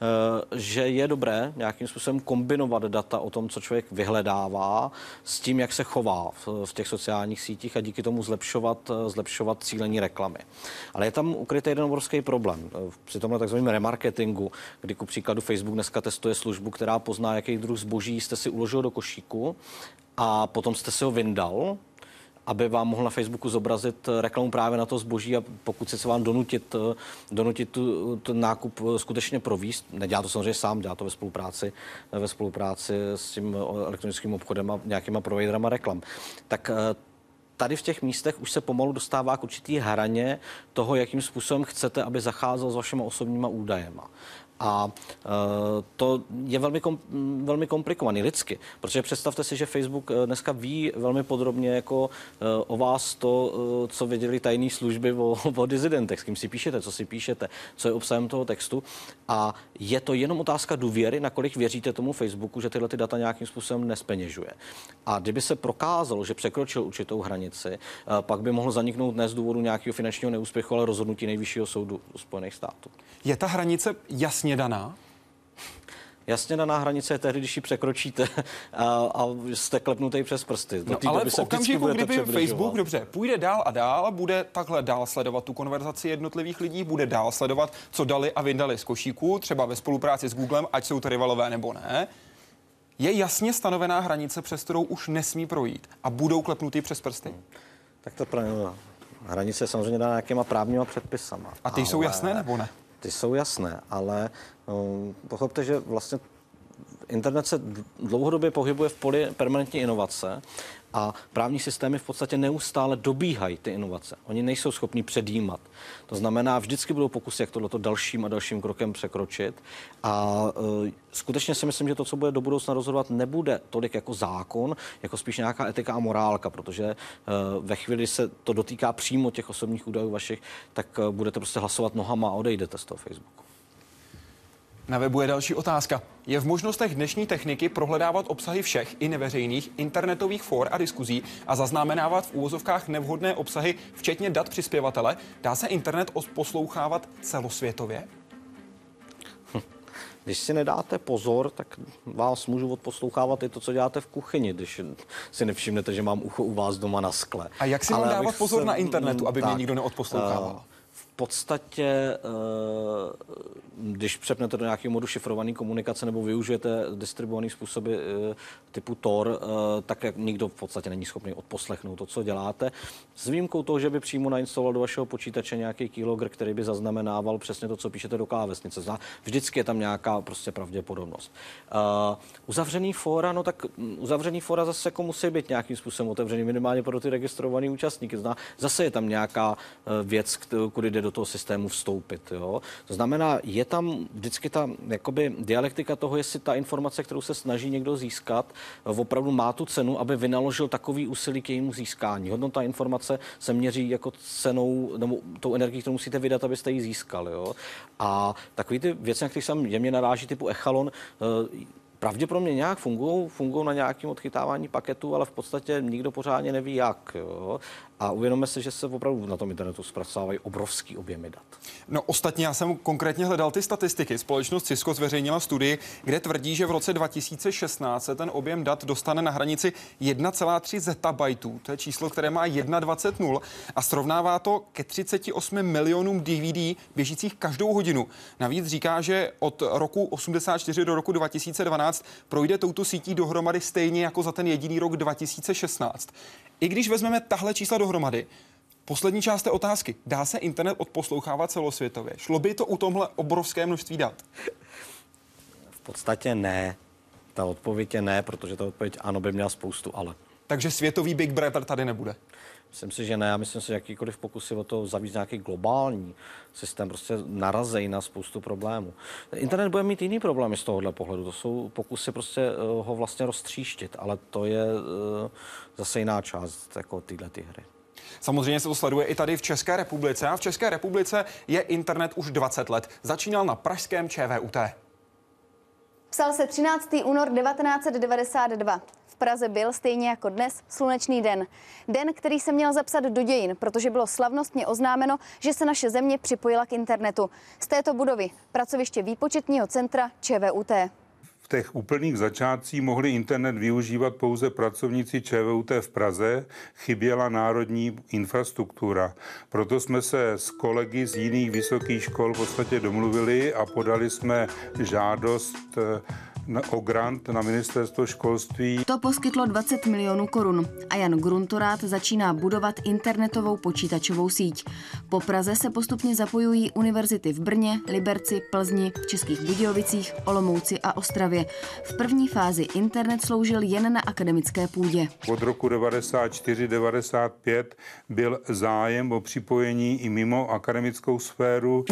že je dobré nějakým způsobem kombinovat data o tom, co člověk vyhledává, s tím, jak se chová v, v těch sociálních sítích a díky tomu zlepšovat, zlepšovat cílení reklamy. Ale je tam ukrytý jeden obrovský problém. Při tomhle takzvaném remarketingu, kdy ku příkladu Facebook dneska testuje službu, která pozná, jaký druh zboží jste si uložil do košíku a potom jste si ho vyndal, aby vám mohl na Facebooku zobrazit reklamu právě na to zboží a pokud se vám donutit, donutit tu, ten nákup skutečně provést. Nedělá to samozřejmě sám, dělá to ve spolupráci, ve spolupráci s tím elektronickým obchodem a nějakýma providerama reklam. Tak tady v těch místech už se pomalu dostává k určitý hraně toho, jakým způsobem chcete, aby zacházel s vašimi osobníma údajema. A uh, to je velmi, kom, velmi komplikovaný lidsky, protože představte si, že Facebook dneska ví velmi podrobně jako uh, o vás to, uh, co věděli tajné služby o, o dizidentech, s kým si píšete, co si píšete, co je obsahem toho textu. A je to jenom otázka důvěry, nakolik věříte tomu Facebooku, že tyhle ty data nějakým způsobem nespeněžuje. A kdyby se prokázalo, že překročil určitou hranici, uh, pak by mohl zaniknout ne z důvodu nějakého finančního neúspěchu, ale rozhodnutí Nejvyššího soudu Spojených států. Je ta hranice jasně daná? Jasně daná hranice je tehdy, když ji překročíte a, a jste klepnutý přes prsty. No, ale v okamžiku, kdyby Facebook dobře půjde dál a dál a bude takhle dál sledovat tu konverzaci jednotlivých lidí, bude dál sledovat, co dali a vydali z košíku, třeba ve spolupráci s Googlem, ať jsou to rivalové nebo ne, je jasně stanovená hranice, přes kterou už nesmí projít a budou klepnutý přes prsty. Hmm. Tak to no, hranice je samozřejmě daná nějakýma právníma předpisama. A ty ale... jsou jasné nebo ne? Ty jsou jasné, ale um, pochopte, že vlastně internet se dlouhodobě pohybuje v poli permanentní inovace a právní systémy v podstatě neustále dobíhají ty inovace. Oni nejsou schopni předjímat. To znamená, vždycky budou pokusy, jak tohleto dalším a dalším krokem překročit. A uh, skutečně si myslím, že to, co bude do budoucna rozhodovat, nebude tolik jako zákon, jako spíš nějaká etika a morálka, protože uh, ve chvíli, kdy se to dotýká přímo těch osobních údajů vašich, tak uh, budete prostě hlasovat nohama a odejdete z toho Facebooku. Na webu je další otázka. Je v možnostech dnešní techniky prohledávat obsahy všech i neveřejných internetových fór a diskuzí a zaznamenávat v úvozovkách nevhodné obsahy, včetně dat přispěvatele? Dá se internet poslouchávat celosvětově? Hm. Když si nedáte pozor, tak vás můžu odposlouchávat i to, co děláte v kuchyni, když si nevšimnete, že mám ucho u vás doma na skle. A jak si mám dávat pozor se... na internetu, aby tak, mě nikdo neodposlouchával? Uh... V podstatě, když přepnete do nějakého modu šifrované komunikace nebo využijete distribuované způsoby typu Tor, tak jak nikdo v podstatě není schopný odposlechnout to, co děláte. S výjimkou toho, že by přímo nainstaloval do vašeho počítače nějaký keylogger, který by zaznamenával přesně to, co píšete do klávesnice. Vždycky je tam nějaká prostě pravděpodobnost. Uzavřený fóra, no tak uzavřený fóra zase jako musí být nějakým způsobem otevřený, minimálně pro ty registrované účastníky. Zase je tam nějaká věc, pokud jde do toho systému vstoupit. Jo? To znamená, je tam vždycky ta jakoby dialektika toho, jestli ta informace, kterou se snaží někdo získat, opravdu má tu cenu, aby vynaložil takový úsilí k jejímu získání. Hodnota informace se měří jako cenou, nebo tou energií, kterou musíte vydat, abyste ji získali. Jo? A takový ty věci, na kterých jsem jemně naráží, typu Echelon, pravděpodobně nějak fungují, fungují na nějakém odchytávání paketů, ale v podstatě nikdo pořádně neví jak. Jo? A uvědomme si, že se opravdu na tom internetu zpracovávají obrovský objemy dat. No ostatně já jsem konkrétně hledal ty statistiky. Společnost Cisco zveřejnila studii, kde tvrdí, že v roce dva tisíce šestnáct se ten objem dat dostane na hranici jedna celá tři zetabajtů. To je číslo, které má dvacet jedna nula a srovnává to ke třiceti osmi milionům D V D běžících každou hodinu. Navíc říká, že od roku osmdesát čtyři do roku dva tisíce dvanáct projde touto sítí dohromady stejně jako za ten jediný rok dva tisíce šestnáct. I když vezmeme tahle čísla dohromady, poslední část té otázky, dá se internet odposlouchávat celosvětově? Šlo by to u tomhle obrovské množství dat? V podstatě ne. Ta odpověď je ne, protože ta odpověď ano by měla spoustu ale. Takže světový Big Brother tady nebude? Myslím si, že ne. Já myslím si, že jakýkoliv pokusy o to zavíct nějaký globální systém prostě narazí na spoustu problémů. Internet bude mít jiný problémy z tohohle pohledu. To jsou pokusy prostě ho vlastně roztříštit, ale to je zase jiná část jako tyhle ty hry. Samozřejmě se to sleduje i tady v České republice. A v České republice je internet už dvacet let. Začínal na pražském Č V U T. Psal se třináctého února devatenáct set devadesát dva. V Praze byl, stejně jako dnes, slunečný den. Den, který se měl zapsat do dějin, protože bylo slavnostně oznámeno, že se naše země připojila k internetu. Z této budovy, pracoviště výpočetního centra Č V U T. V těch úplných začátcích mohli internet využívat pouze pracovníci Č V U T v Praze, chyběla národní infrastruktura. Proto jsme se s kolegy z jiných vysokých škol v podstatě domluvili a podali jsme žádost o grant na ministerstvo školství. To poskytlo dvacet milionů korun a Jan Gruntorát začíná budovat internetovou počítačovou síť. Po Praze se postupně zapojují univerzity v Brně, Liberci, Plzni, Českých Budějovicích, Olomouci a Ostravě. V první fázi internet sloužil jen na akademické půdě. Od roku devadesát čtyři devadesát pět byl zájem o připojení i mimo akademickou sféru.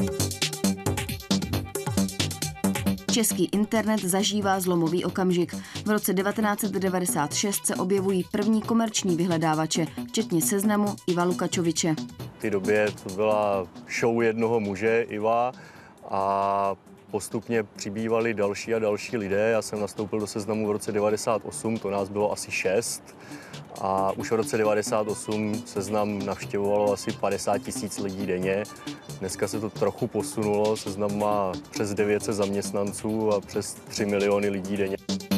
Český internet zažívá zlomový okamžik. V roce devatenáct set devadesát šest se objevují první komerční vyhledávače, včetně Seznamu Iva Lukačoviče. V té době to byla show jednoho muže, Iva, a postupně přibývali další a další lidé. Já jsem nastoupil do Seznamu v roce devadesát osm, to nás bylo asi šest. A už v roce devadesát osm Seznam navštěvovalo asi padesát tisíc lidí denně. Dneska se to trochu posunulo, Seznam má přes devět set zaměstnanců a přes tři miliony lidí denně.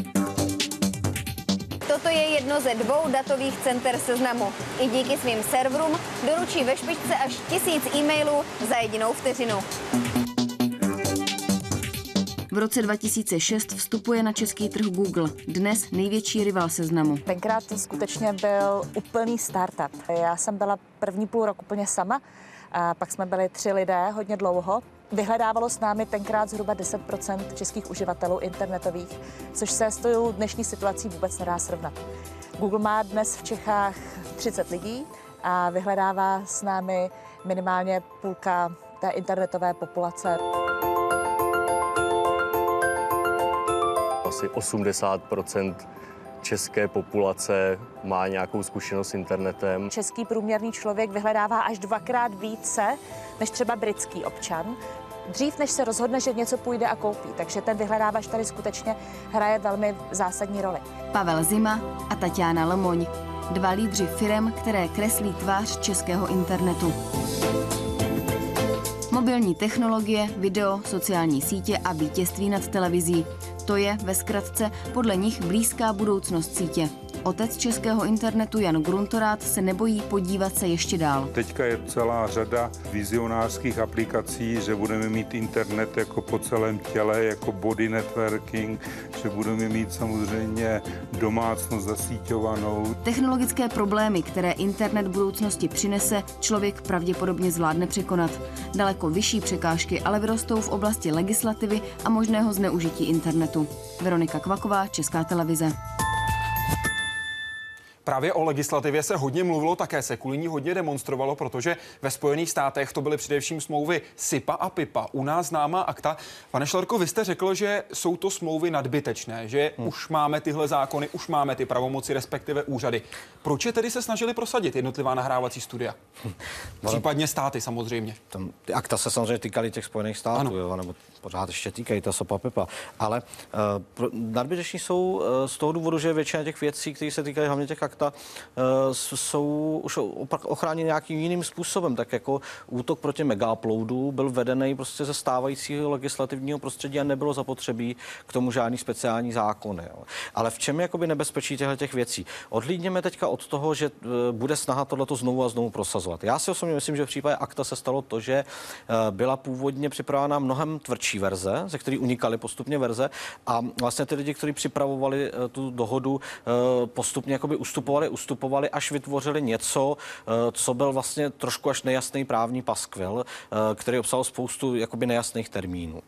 Toto je jedno ze dvou datových center Seznamu. I díky svým serverům doručí ve špičce až tisíc e-mailů za jedinou vteřinu. V roce dva tisíce šest vstupuje na český trh Google, dnes největší rival Seznamu. Tenkrát to skutečně byl úplný startup. Já jsem byla první půl rok úplně sama, a pak jsme byli tři lidé hodně dlouho. Vyhledávalo s námi tenkrát zhruba deset procent českých uživatelů internetových, což se s tou dnešní situací vůbec nedá srovnat. Google má dnes v Čechách třicet lidí a vyhledává s námi minimálně půlka té internetové populace. Asi osmdesát procent české populace má nějakou zkušenost s internetem. Český průměrný člověk vyhledává až dvakrát více než třeba britský občan. Dřív, než se rozhodne, že něco půjde a koupí, takže ten vyhledávač tady skutečně hraje velmi zásadní roli. Pavel Zima a Tatiana Lemoň, dva lídři firem, které kreslí tvář českého internetu. Mobilní technologie, video, sociální sítě a vítězství nad televizí. To je, ve zkratce, podle nich blízká budoucnost sítě. Otec českého internetu Jan Gruntorát se nebojí podívat se ještě dál. Teďka je celá řada vizionářských aplikací, že budeme mít internet jako po celém těle, jako body networking, že budeme mít samozřejmě domácnost zasíťovanou. Technologické problémy, které internet budoucnosti přinese, člověk pravděpodobně zvládne překonat. Daleko vyšší překážky ale vyrostou v oblasti legislativy a možného zneužití internetu. Veronika Kvaková, Česká televize. Právě o legislativě se hodně mluvilo, také se kvůli ní hodně demonstrovalo, protože ve Spojených státech to byly především smlouvy SIPA a PIPA. U nás známá akta. Pane Šlerko, vy jste řekl, že jsou to smlouvy nadbytečné, že hmm. už máme tyhle zákony, už máme ty pravomoci, respektive úřady. Proč je tedy se snažili prosadit jednotlivá nahrávací studia? Hmm. Případně státy samozřejmě. Tam, ty akta se samozřejmě týkaly těch Spojených států, jo, nebo pořád ještě týkají ta SIPA a PIPA. Ale uh, nadbyteční jsou uh, z toho důvodu, že většina těch věcí, které se týkají hlavně těch akta, uh, jsou už ochráněny nějakým jiným způsobem. Tak jako útok proti megauploadu byl vedený prostě ze stávajícího legislativního prostředí a nebylo zapotřebí k tomu žádný speciální zákony. Jo. Ale v čem je jakoby nebezpečí těch věcí? Odhlídněme teďka od toho, že uh, bude snaha tohleto znovu a znovu prosazovat. Já si osobně myslím, že v případě akta se stalo to, že uh, byla původně připravená mnohem tvrdší verze, ze které unikaly postupně verze a vlastně ty lidi, kteří připravovali uh, tu dohodu, uh, postupně jakoby ustupovali, ustupovali, až vytvořili něco, uh, co byl vlastně trošku až nejasný právní paskvil, uh, který obsahoval spoustu jakoby nejasných termínů.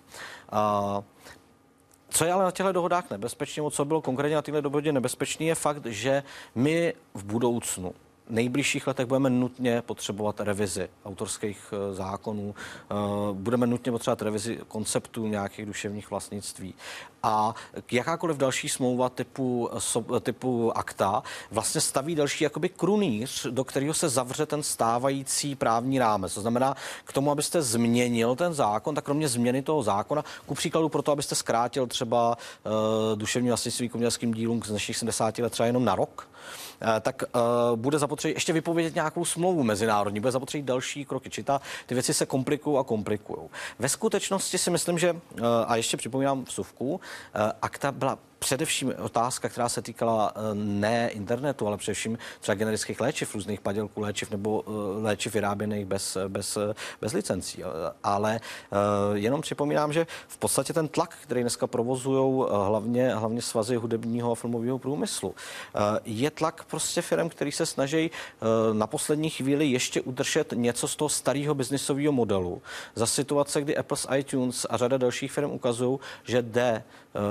Uh, Co je ale na těchto dohodách nebezpečné, co bylo konkrétně na této dohodě nebezpečné, je fakt, že my v budoucnu v nejbližších letech budeme nutně potřebovat revizi autorských zákonů, budeme nutně potřebovat revizi konceptů nějakých duševních vlastnictví. A jakákoliv další smlouva typu, typu akta vlastně staví další jakoby krunýř, do kterého se zavře ten stávající právní rámec. To znamená, k tomu, abyste změnil ten zákon, tak kromě změny toho zákona, ku příkladu proto, abyste zkrátil třeba uh, duševní vlastnictví k uměleckým dílům z dnešních sedmdesáti let třeba jenom na rok, tak uh, bude zapotřebí ještě vypovědět nějakou smlouvu mezinárodní, bude zapotřebí další kroky. Či ta, ty věci se komplikují a komplikují. Ve skutečnosti si myslím, že, uh, a ještě připomínám vsuvku, uh, akta byla především otázka, která se týkala ne internetu, ale především třeba generických léčiv, různých padělků léčiv nebo léčiv vyráběných bez, bez, bez licencí. Ale jenom připomínám, že v podstatě ten tlak, který dneska provozují hlavně, hlavně svazy hudebního a filmového průmyslu, je tlak prostě firm, který se snaží na poslední chvíli ještě udržet něco z toho starého biznisového modelu. Za situace, kdy Apple s iTunes a řada dalších firm ukazují, že jde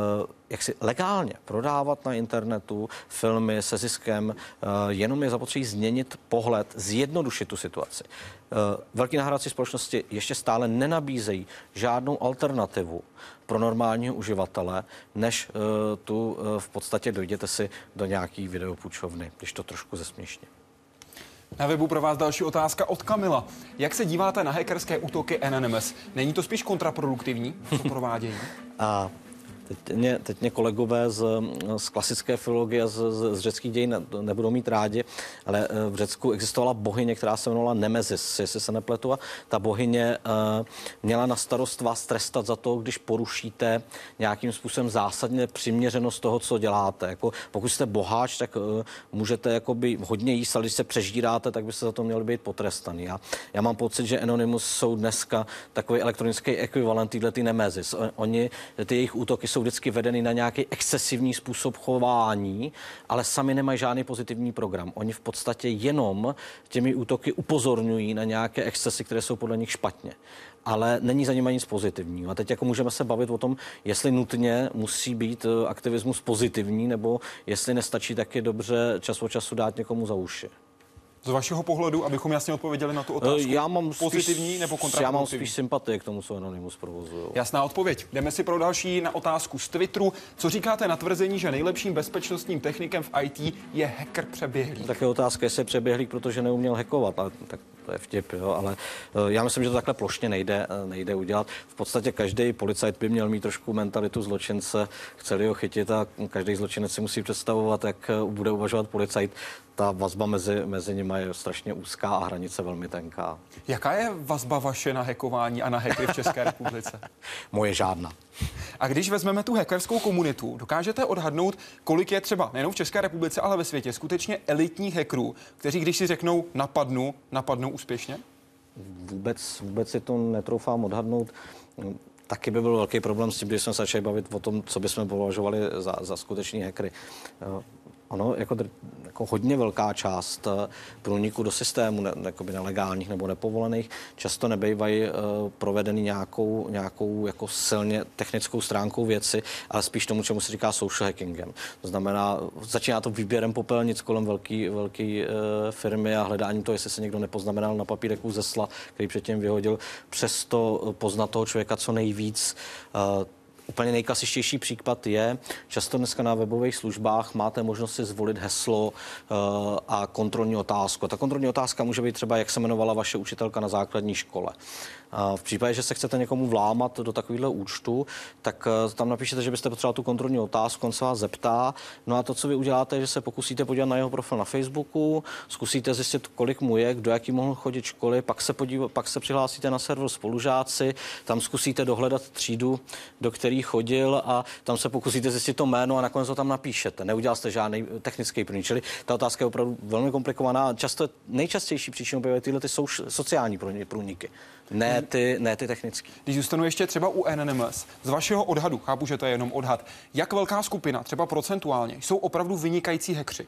jak si legálně prodávat na internetu filmy se ziskem, jenom je zapotřebí změnit pohled, zjednodušit tu situaci. Velké nahrávací společnosti ještě stále nenabízejí žádnou alternativu pro normálního uživatele, než tu v podstatě dojděte si do nějaký videopůjčovny, když to trošku zesměšně. Na webu pro vás další otázka od Kamila. Jak se díváte na hackerské útoky Anonymous? Není to spíš kontraproduktivní, co provádějí? A Teď mě, teď mě kolegové z, z klasické filologie a z, z, z řeckých dějin nebudou mít rádi, ale v Řecku existovala bohyně, která se jmenovala Nemezis, jestli se nepletu, a ta bohyně uh, měla na starost vás trestat za to, když porušíte nějakým způsobem zásadně přiměřenost toho, co děláte. Jako, pokud jste boháč, tak uh, můžete jakoby hodně jíst, ale když se přežíráte, tak byste za to měli být potrestaný. Já, já mám pocit, že Anonymous jsou dneska takový elektronický ekvivalent této Nemezis. Oni, ty jejich útoky jsou vždycky vedeny na nějaký excesivní způsob chování, ale sami nemají žádný pozitivní program. Oni v podstatě jenom těmi útoky upozorňují na nějaké excesy, které jsou podle nich špatně. Ale není za nimi nic pozitivního. A teď jako můžeme se bavit o tom, jestli nutně musí být aktivismus pozitivní, nebo jestli nestačí taky dobře čas od času dát někomu za uši. Z vašeho pohledu, abychom jasně odpověděli na tu otázku, já mám pozitivní spíš, nebo kontraproduktivní? Já mám spíš sympatie k tomu, co Anonymous provozují. Jasná odpověď. Jdeme si pro další na otázku z Twitteru. Co říkáte na tvrzení, že nejlepším bezpečnostním technikem v í té je hacker přeběhlík? Tak je otázka, jestli je přeběhlík, protože neuměl hackovat. Ale, tak to je vtip, jo, ale já myslím, že to takhle plošně nejde, nejde udělat. V podstatě každý policajt by měl mít trošku mentalitu zločince, chceli ho chytit a každý zločinec si musí představovat, jak bude uvažovat policajt. Ta vazba mezi, mezi nimi je strašně úzká a hranice velmi tenká. Jaká je vazba vaše na hackování a na hackery v České republice? Moje žádná. A když vezmeme tu hackerskou komunitu, dokážete odhadnout, kolik je třeba nejen v České republice, ale ve světě skutečně elitních hackerů, kteří když si řeknou napadnu, napadnou úspěšně? Vůbec, vůbec si to netroufám odhadnout. Taky by byl velký problém s tím, když jsme se začali bavit o tom, co bychom považovali za, za skutečný hackery. Ono jako, jako hodně velká část průniku do systému ne, nelegálních nebo nepovolených často nebejvají uh, provedeny nějakou, nějakou jako silně technickou stránkou věci, ale spíš tomu, čemu se říká social hackingem. To znamená, začíná to výběrem popelnic kolem velký, velký uh, firmy a hledání toho, jestli se někdo nepoznamenal na papírek ze sla, který předtím vyhodil, přesto poznat toho člověka co nejvíc. Uh, Úplně nejklasičtější příklad je, často dneska na webových službách máte možnost si zvolit heslo uh, a kontrolní otázku. A ta kontrolní otázka může být třeba, jak se jmenovala vaše učitelka na základní škole. Uh, v případě, že se chcete někomu vlámat do takového účtu, tak uh, tam napíšete, že byste potřeboval tu kontrolní otázku, on se vás zeptá. No a to, co vy uděláte, je, že se pokusíte podívat na jeho profil na Facebooku, zkusíte zjistit, kolik mu je, kdo jaký mohl chodit školy, pak se, podív, pak se přihlásíte na server spolužáci, tam zkusíte dohledat třídu, do který chodil a tam se pokusíte zjistit to jméno a nakonec to tam napíšete. Neudělal jste žádný technický průnik. Čili ta otázka je opravdu velmi komplikovaná. Často nejčastější příčinou bývají tyhle ty sociální průniky. Ne ty, ne ty technické. Když zůstanu ještě třeba u Anonymous, z vašeho odhadu, chápu, že to je jenom odhad, jak velká skupina, třeba procentuálně, jsou opravdu vynikající hackři?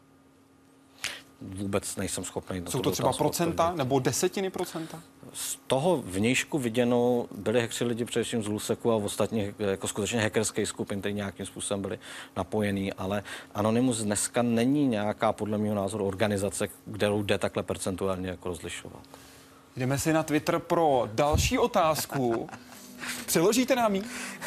Vůbec nejsem schopný. Jsou to třeba procenta odpovědět. Nebo desetiny procenta? Z toho vnějšku viděno byli hackři lidi především z Luseku a v ostatních jako skutečně hackerských skupin, které nějakým způsobem byli napojený, ale Anonymous dneska není nějaká, podle mého názoru, organizace, kterou jde takhle percentuálně jako rozlišovat. Jdeme si na Twitter pro další otázku. Přeložíte nám ji?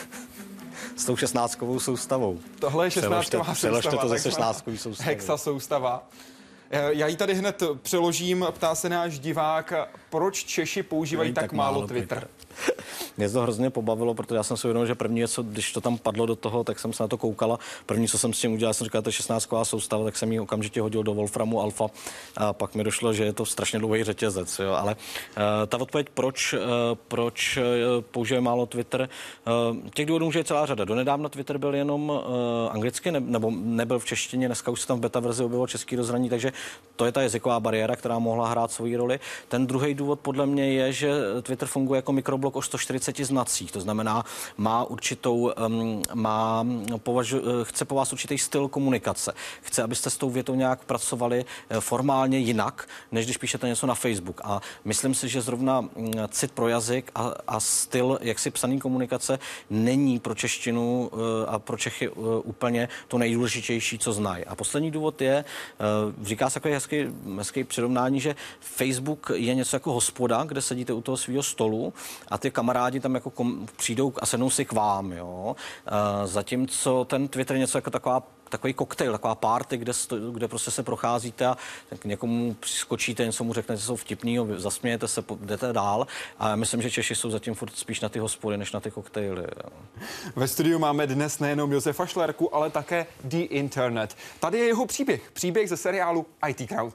S tou šestnáctkovou soustavou. Tohle je šestnáctková soustava. Přeložte to ze šestnáctkovou soustavou. Hexa soustava. Já ji tady hned přeložím. Ptá se náš divák, proč Češi používají tak, tak málo Twitter. Twitter. Mě to hrozně pobavilo, protože já jsem si uvědomil, že první něco, když to tam padlo do toho, tak jsem se na to koukala. První, co jsem s tím udělal, jsem říkal, to je šestnáctková soustava, tak jsem ji okamžitě hodil do Wolframu Alpha a pak mi došlo, že je to strašně dlouhý řetězec. Jo. Ale uh, ta odpověď, proč, uh, proč uh, použije málo Twitter, uh, těch důvodů může je celá řada. Donedávna Twitter byl jenom uh, anglicky, ne, nebo nebyl v češtině, dneska už se tam v beta verzi objevilo český rozhraní, takže to je ta jazyková bariéra, která mohla hrát svoji roli. Ten druhý důvod podle mě je, že Twitter funguje jako mikroblog o sto čtyřiceti znacích, to znamená, má určitou, um, má, považu, chce po vás určitý styl komunikace. Chce, abyste s tou větou nějak pracovali formálně jinak, než když píšete něco na Facebook. A myslím si, že zrovna cit pro jazyk a, a styl jaksi psaný komunikace není pro češtinu uh, a pro Čechy uh, úplně to nejdůležitější, co znají. A poslední důvod je, uh, říká se takový hezký, hezký přirovnání, že Facebook je něco jako hospoda, kde sedíte u toho svého stolu a ty kamarádi tam jako kom, přijdou a sednou si k vám, jo. E, zatímco ten Twitter je něco jako taková takový koktejl, taková party, kde, sto, kde prostě se procházíte a tak někomu přiskočíte, něco mu řeknete, že jsou vtipný, zasmějete se, jdete dál. A já myslím, že Češi jsou zatím furt spíš na ty hospody, než na ty koktejly. Jo. Ve studiu máme dnes nejenom Josefa Šlerku, ale také The Internet. Tady je jeho příběh. Příběh ze seriálu I T Crowd.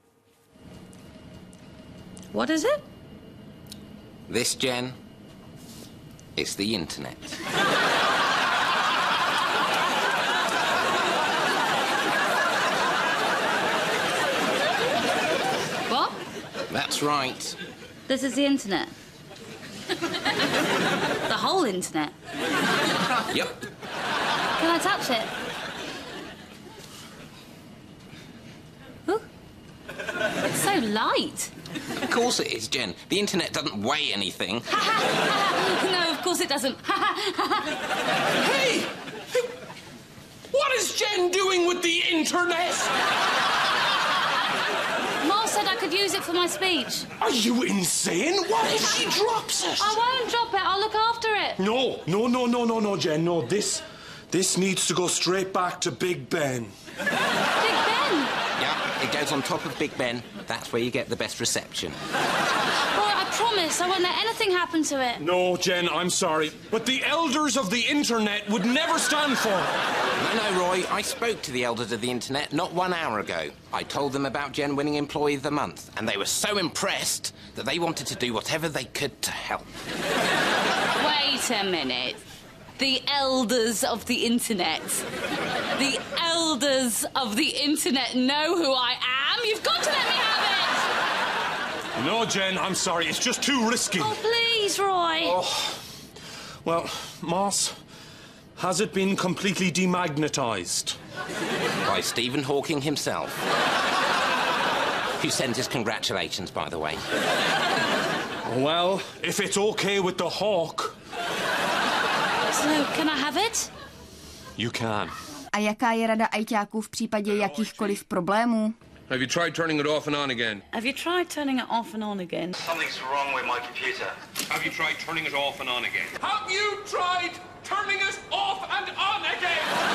What is it? This, Jen, is the internet. What? That's right. This is the internet. The whole internet. Yep. Can I touch it? Ooh. It's so light. Of course it is, Jen. The internet doesn't weigh anything. No, of course it doesn't. Hey! What is Jen doing with the internet? Ma said I could use it for my speech. Are you insane? What if she drops it? I won't drop it. I'll look after it. No, no, no, no, no, no, Jen. No, this, this needs to go straight back to Big Ben. Big Ben? Yeah, it goes on top of Big Ben. That's where you get the best reception. Well, I promise I won't let anything happen to it. No, Jen, I'm sorry, but the elders of the internet would never stand for it. No, no, Roy, I spoke to the elders of the internet not one hour ago. I told them about Jen winning Employee of the Month, and they were so impressed that they wanted to do whatever they could to help. Wait a minute. The elders of the internet. The elders of the internet know who I am. You've got to let me have it. No, Jen, I'm sorry. It's just too risky. Oh, please, Roy. Oh. Well, Moss, Has it been completely demagnetized? By Stephen Hawking himself. Who sent his congratulations, by the way. Well, if it's okay with the hawk. So, can I have it? You can. A jaká je rada ajťáků v případě jakýchkoliv problémů? Have you tried turning it off and on again? Have you tried turning it off and on again? Something's wrong with my computer. Have you tried turning it off and on again? Have you tried turning it off and on again?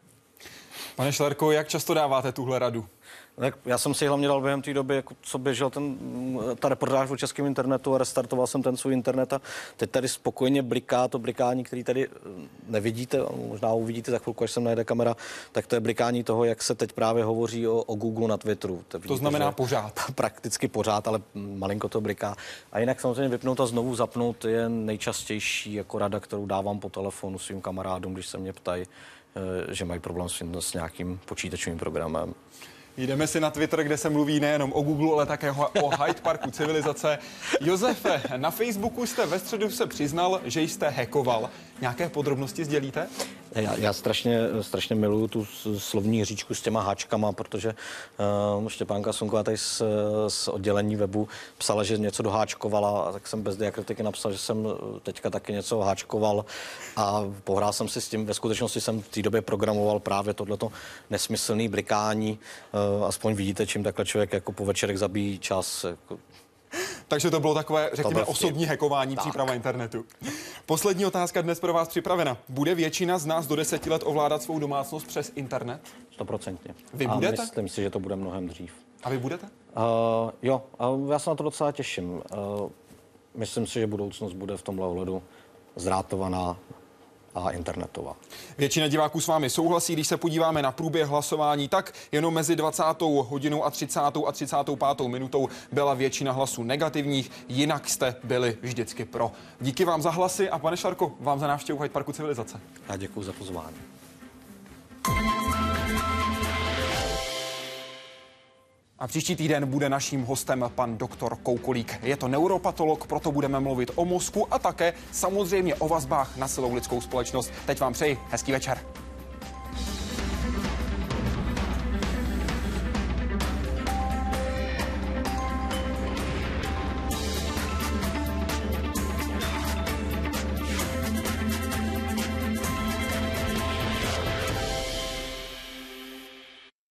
Pane Šlerko, jak často dáváte tuhle radu? Tak já jsem si hlavně dal během té doby, jako co běžel ten, ta reportáž o českém internetu a restartoval jsem ten svůj internet a teď tady spokojeně bliká to blikání, který tady nevidíte, možná uvidíte za chvilku, až sem najde kamera, tak to je blikání toho, jak se teď právě hovoří o, o Google na Twitteru. To, vidíte, to znamená pořád. Prakticky pořád, ale malinko to bliká. A jinak samozřejmě vypnout a znovu zapnout je nejčastější jako rada, kterou dávám po telefonu svým kamarádům, když se mě ptají, že mají problém s, s nějakým počítačovým programem. Jdeme si na Twitter, kde se mluví nejenom o Google, ale také o Hyde Parku civilizace. Josefe, na Facebooku jste ve středu se přiznal, že jste hackoval. Nějaké podrobnosti sdělíte? Já, já strašně, strašně miluju tu slovní hříčku s těma háčkama, protože uh, Štěpánka Sunková tady z, z oddělení webu psala, že něco doháčkovala, a tak jsem bez diakritiky napsal, že jsem teďka taky něco háčkoval a pohrál jsem si s tím. Ve skutečnosti jsem v té době programoval právě tohleto nesmyslné blikání. Uh, aspoň vidíte, čím takhle člověk jako po večerech zabíjí čas. Jako. Takže to bylo takové, řekněme, to osobní hackování, tak. Příprava internetu. Poslední otázka dnes pro vás připravena. Bude většina z nás do deseti let ovládat svou domácnost přes internet? Stoprocentně. Vy a budete? myslím si, že to bude mnohem dřív. A vy budete? Uh, jo, uh, já se na to docela těším. Uh, myslím si, že budoucnost bude v tomhle ohledu zrátovaná a internetová. Většina diváků s vámi souhlasí, když se podíváme na průběh hlasování, tak jenom mezi dvacátou hodinou a třicátou a třicátou pátou minutou byla většina hlasů negativních, jinak jste byli vždycky pro. Díky vám za hlasy a pane Šarko, vám za návštěvu Hyde Parku civilizace. Já děkuji za pozvání. A příští týden bude naším hostem pan doktor Koukolík. Je to neuropatolog, proto budeme mluvit o mozku a také samozřejmě o vazbách na celou lidskou společnost. Teď vám přeji hezký večer.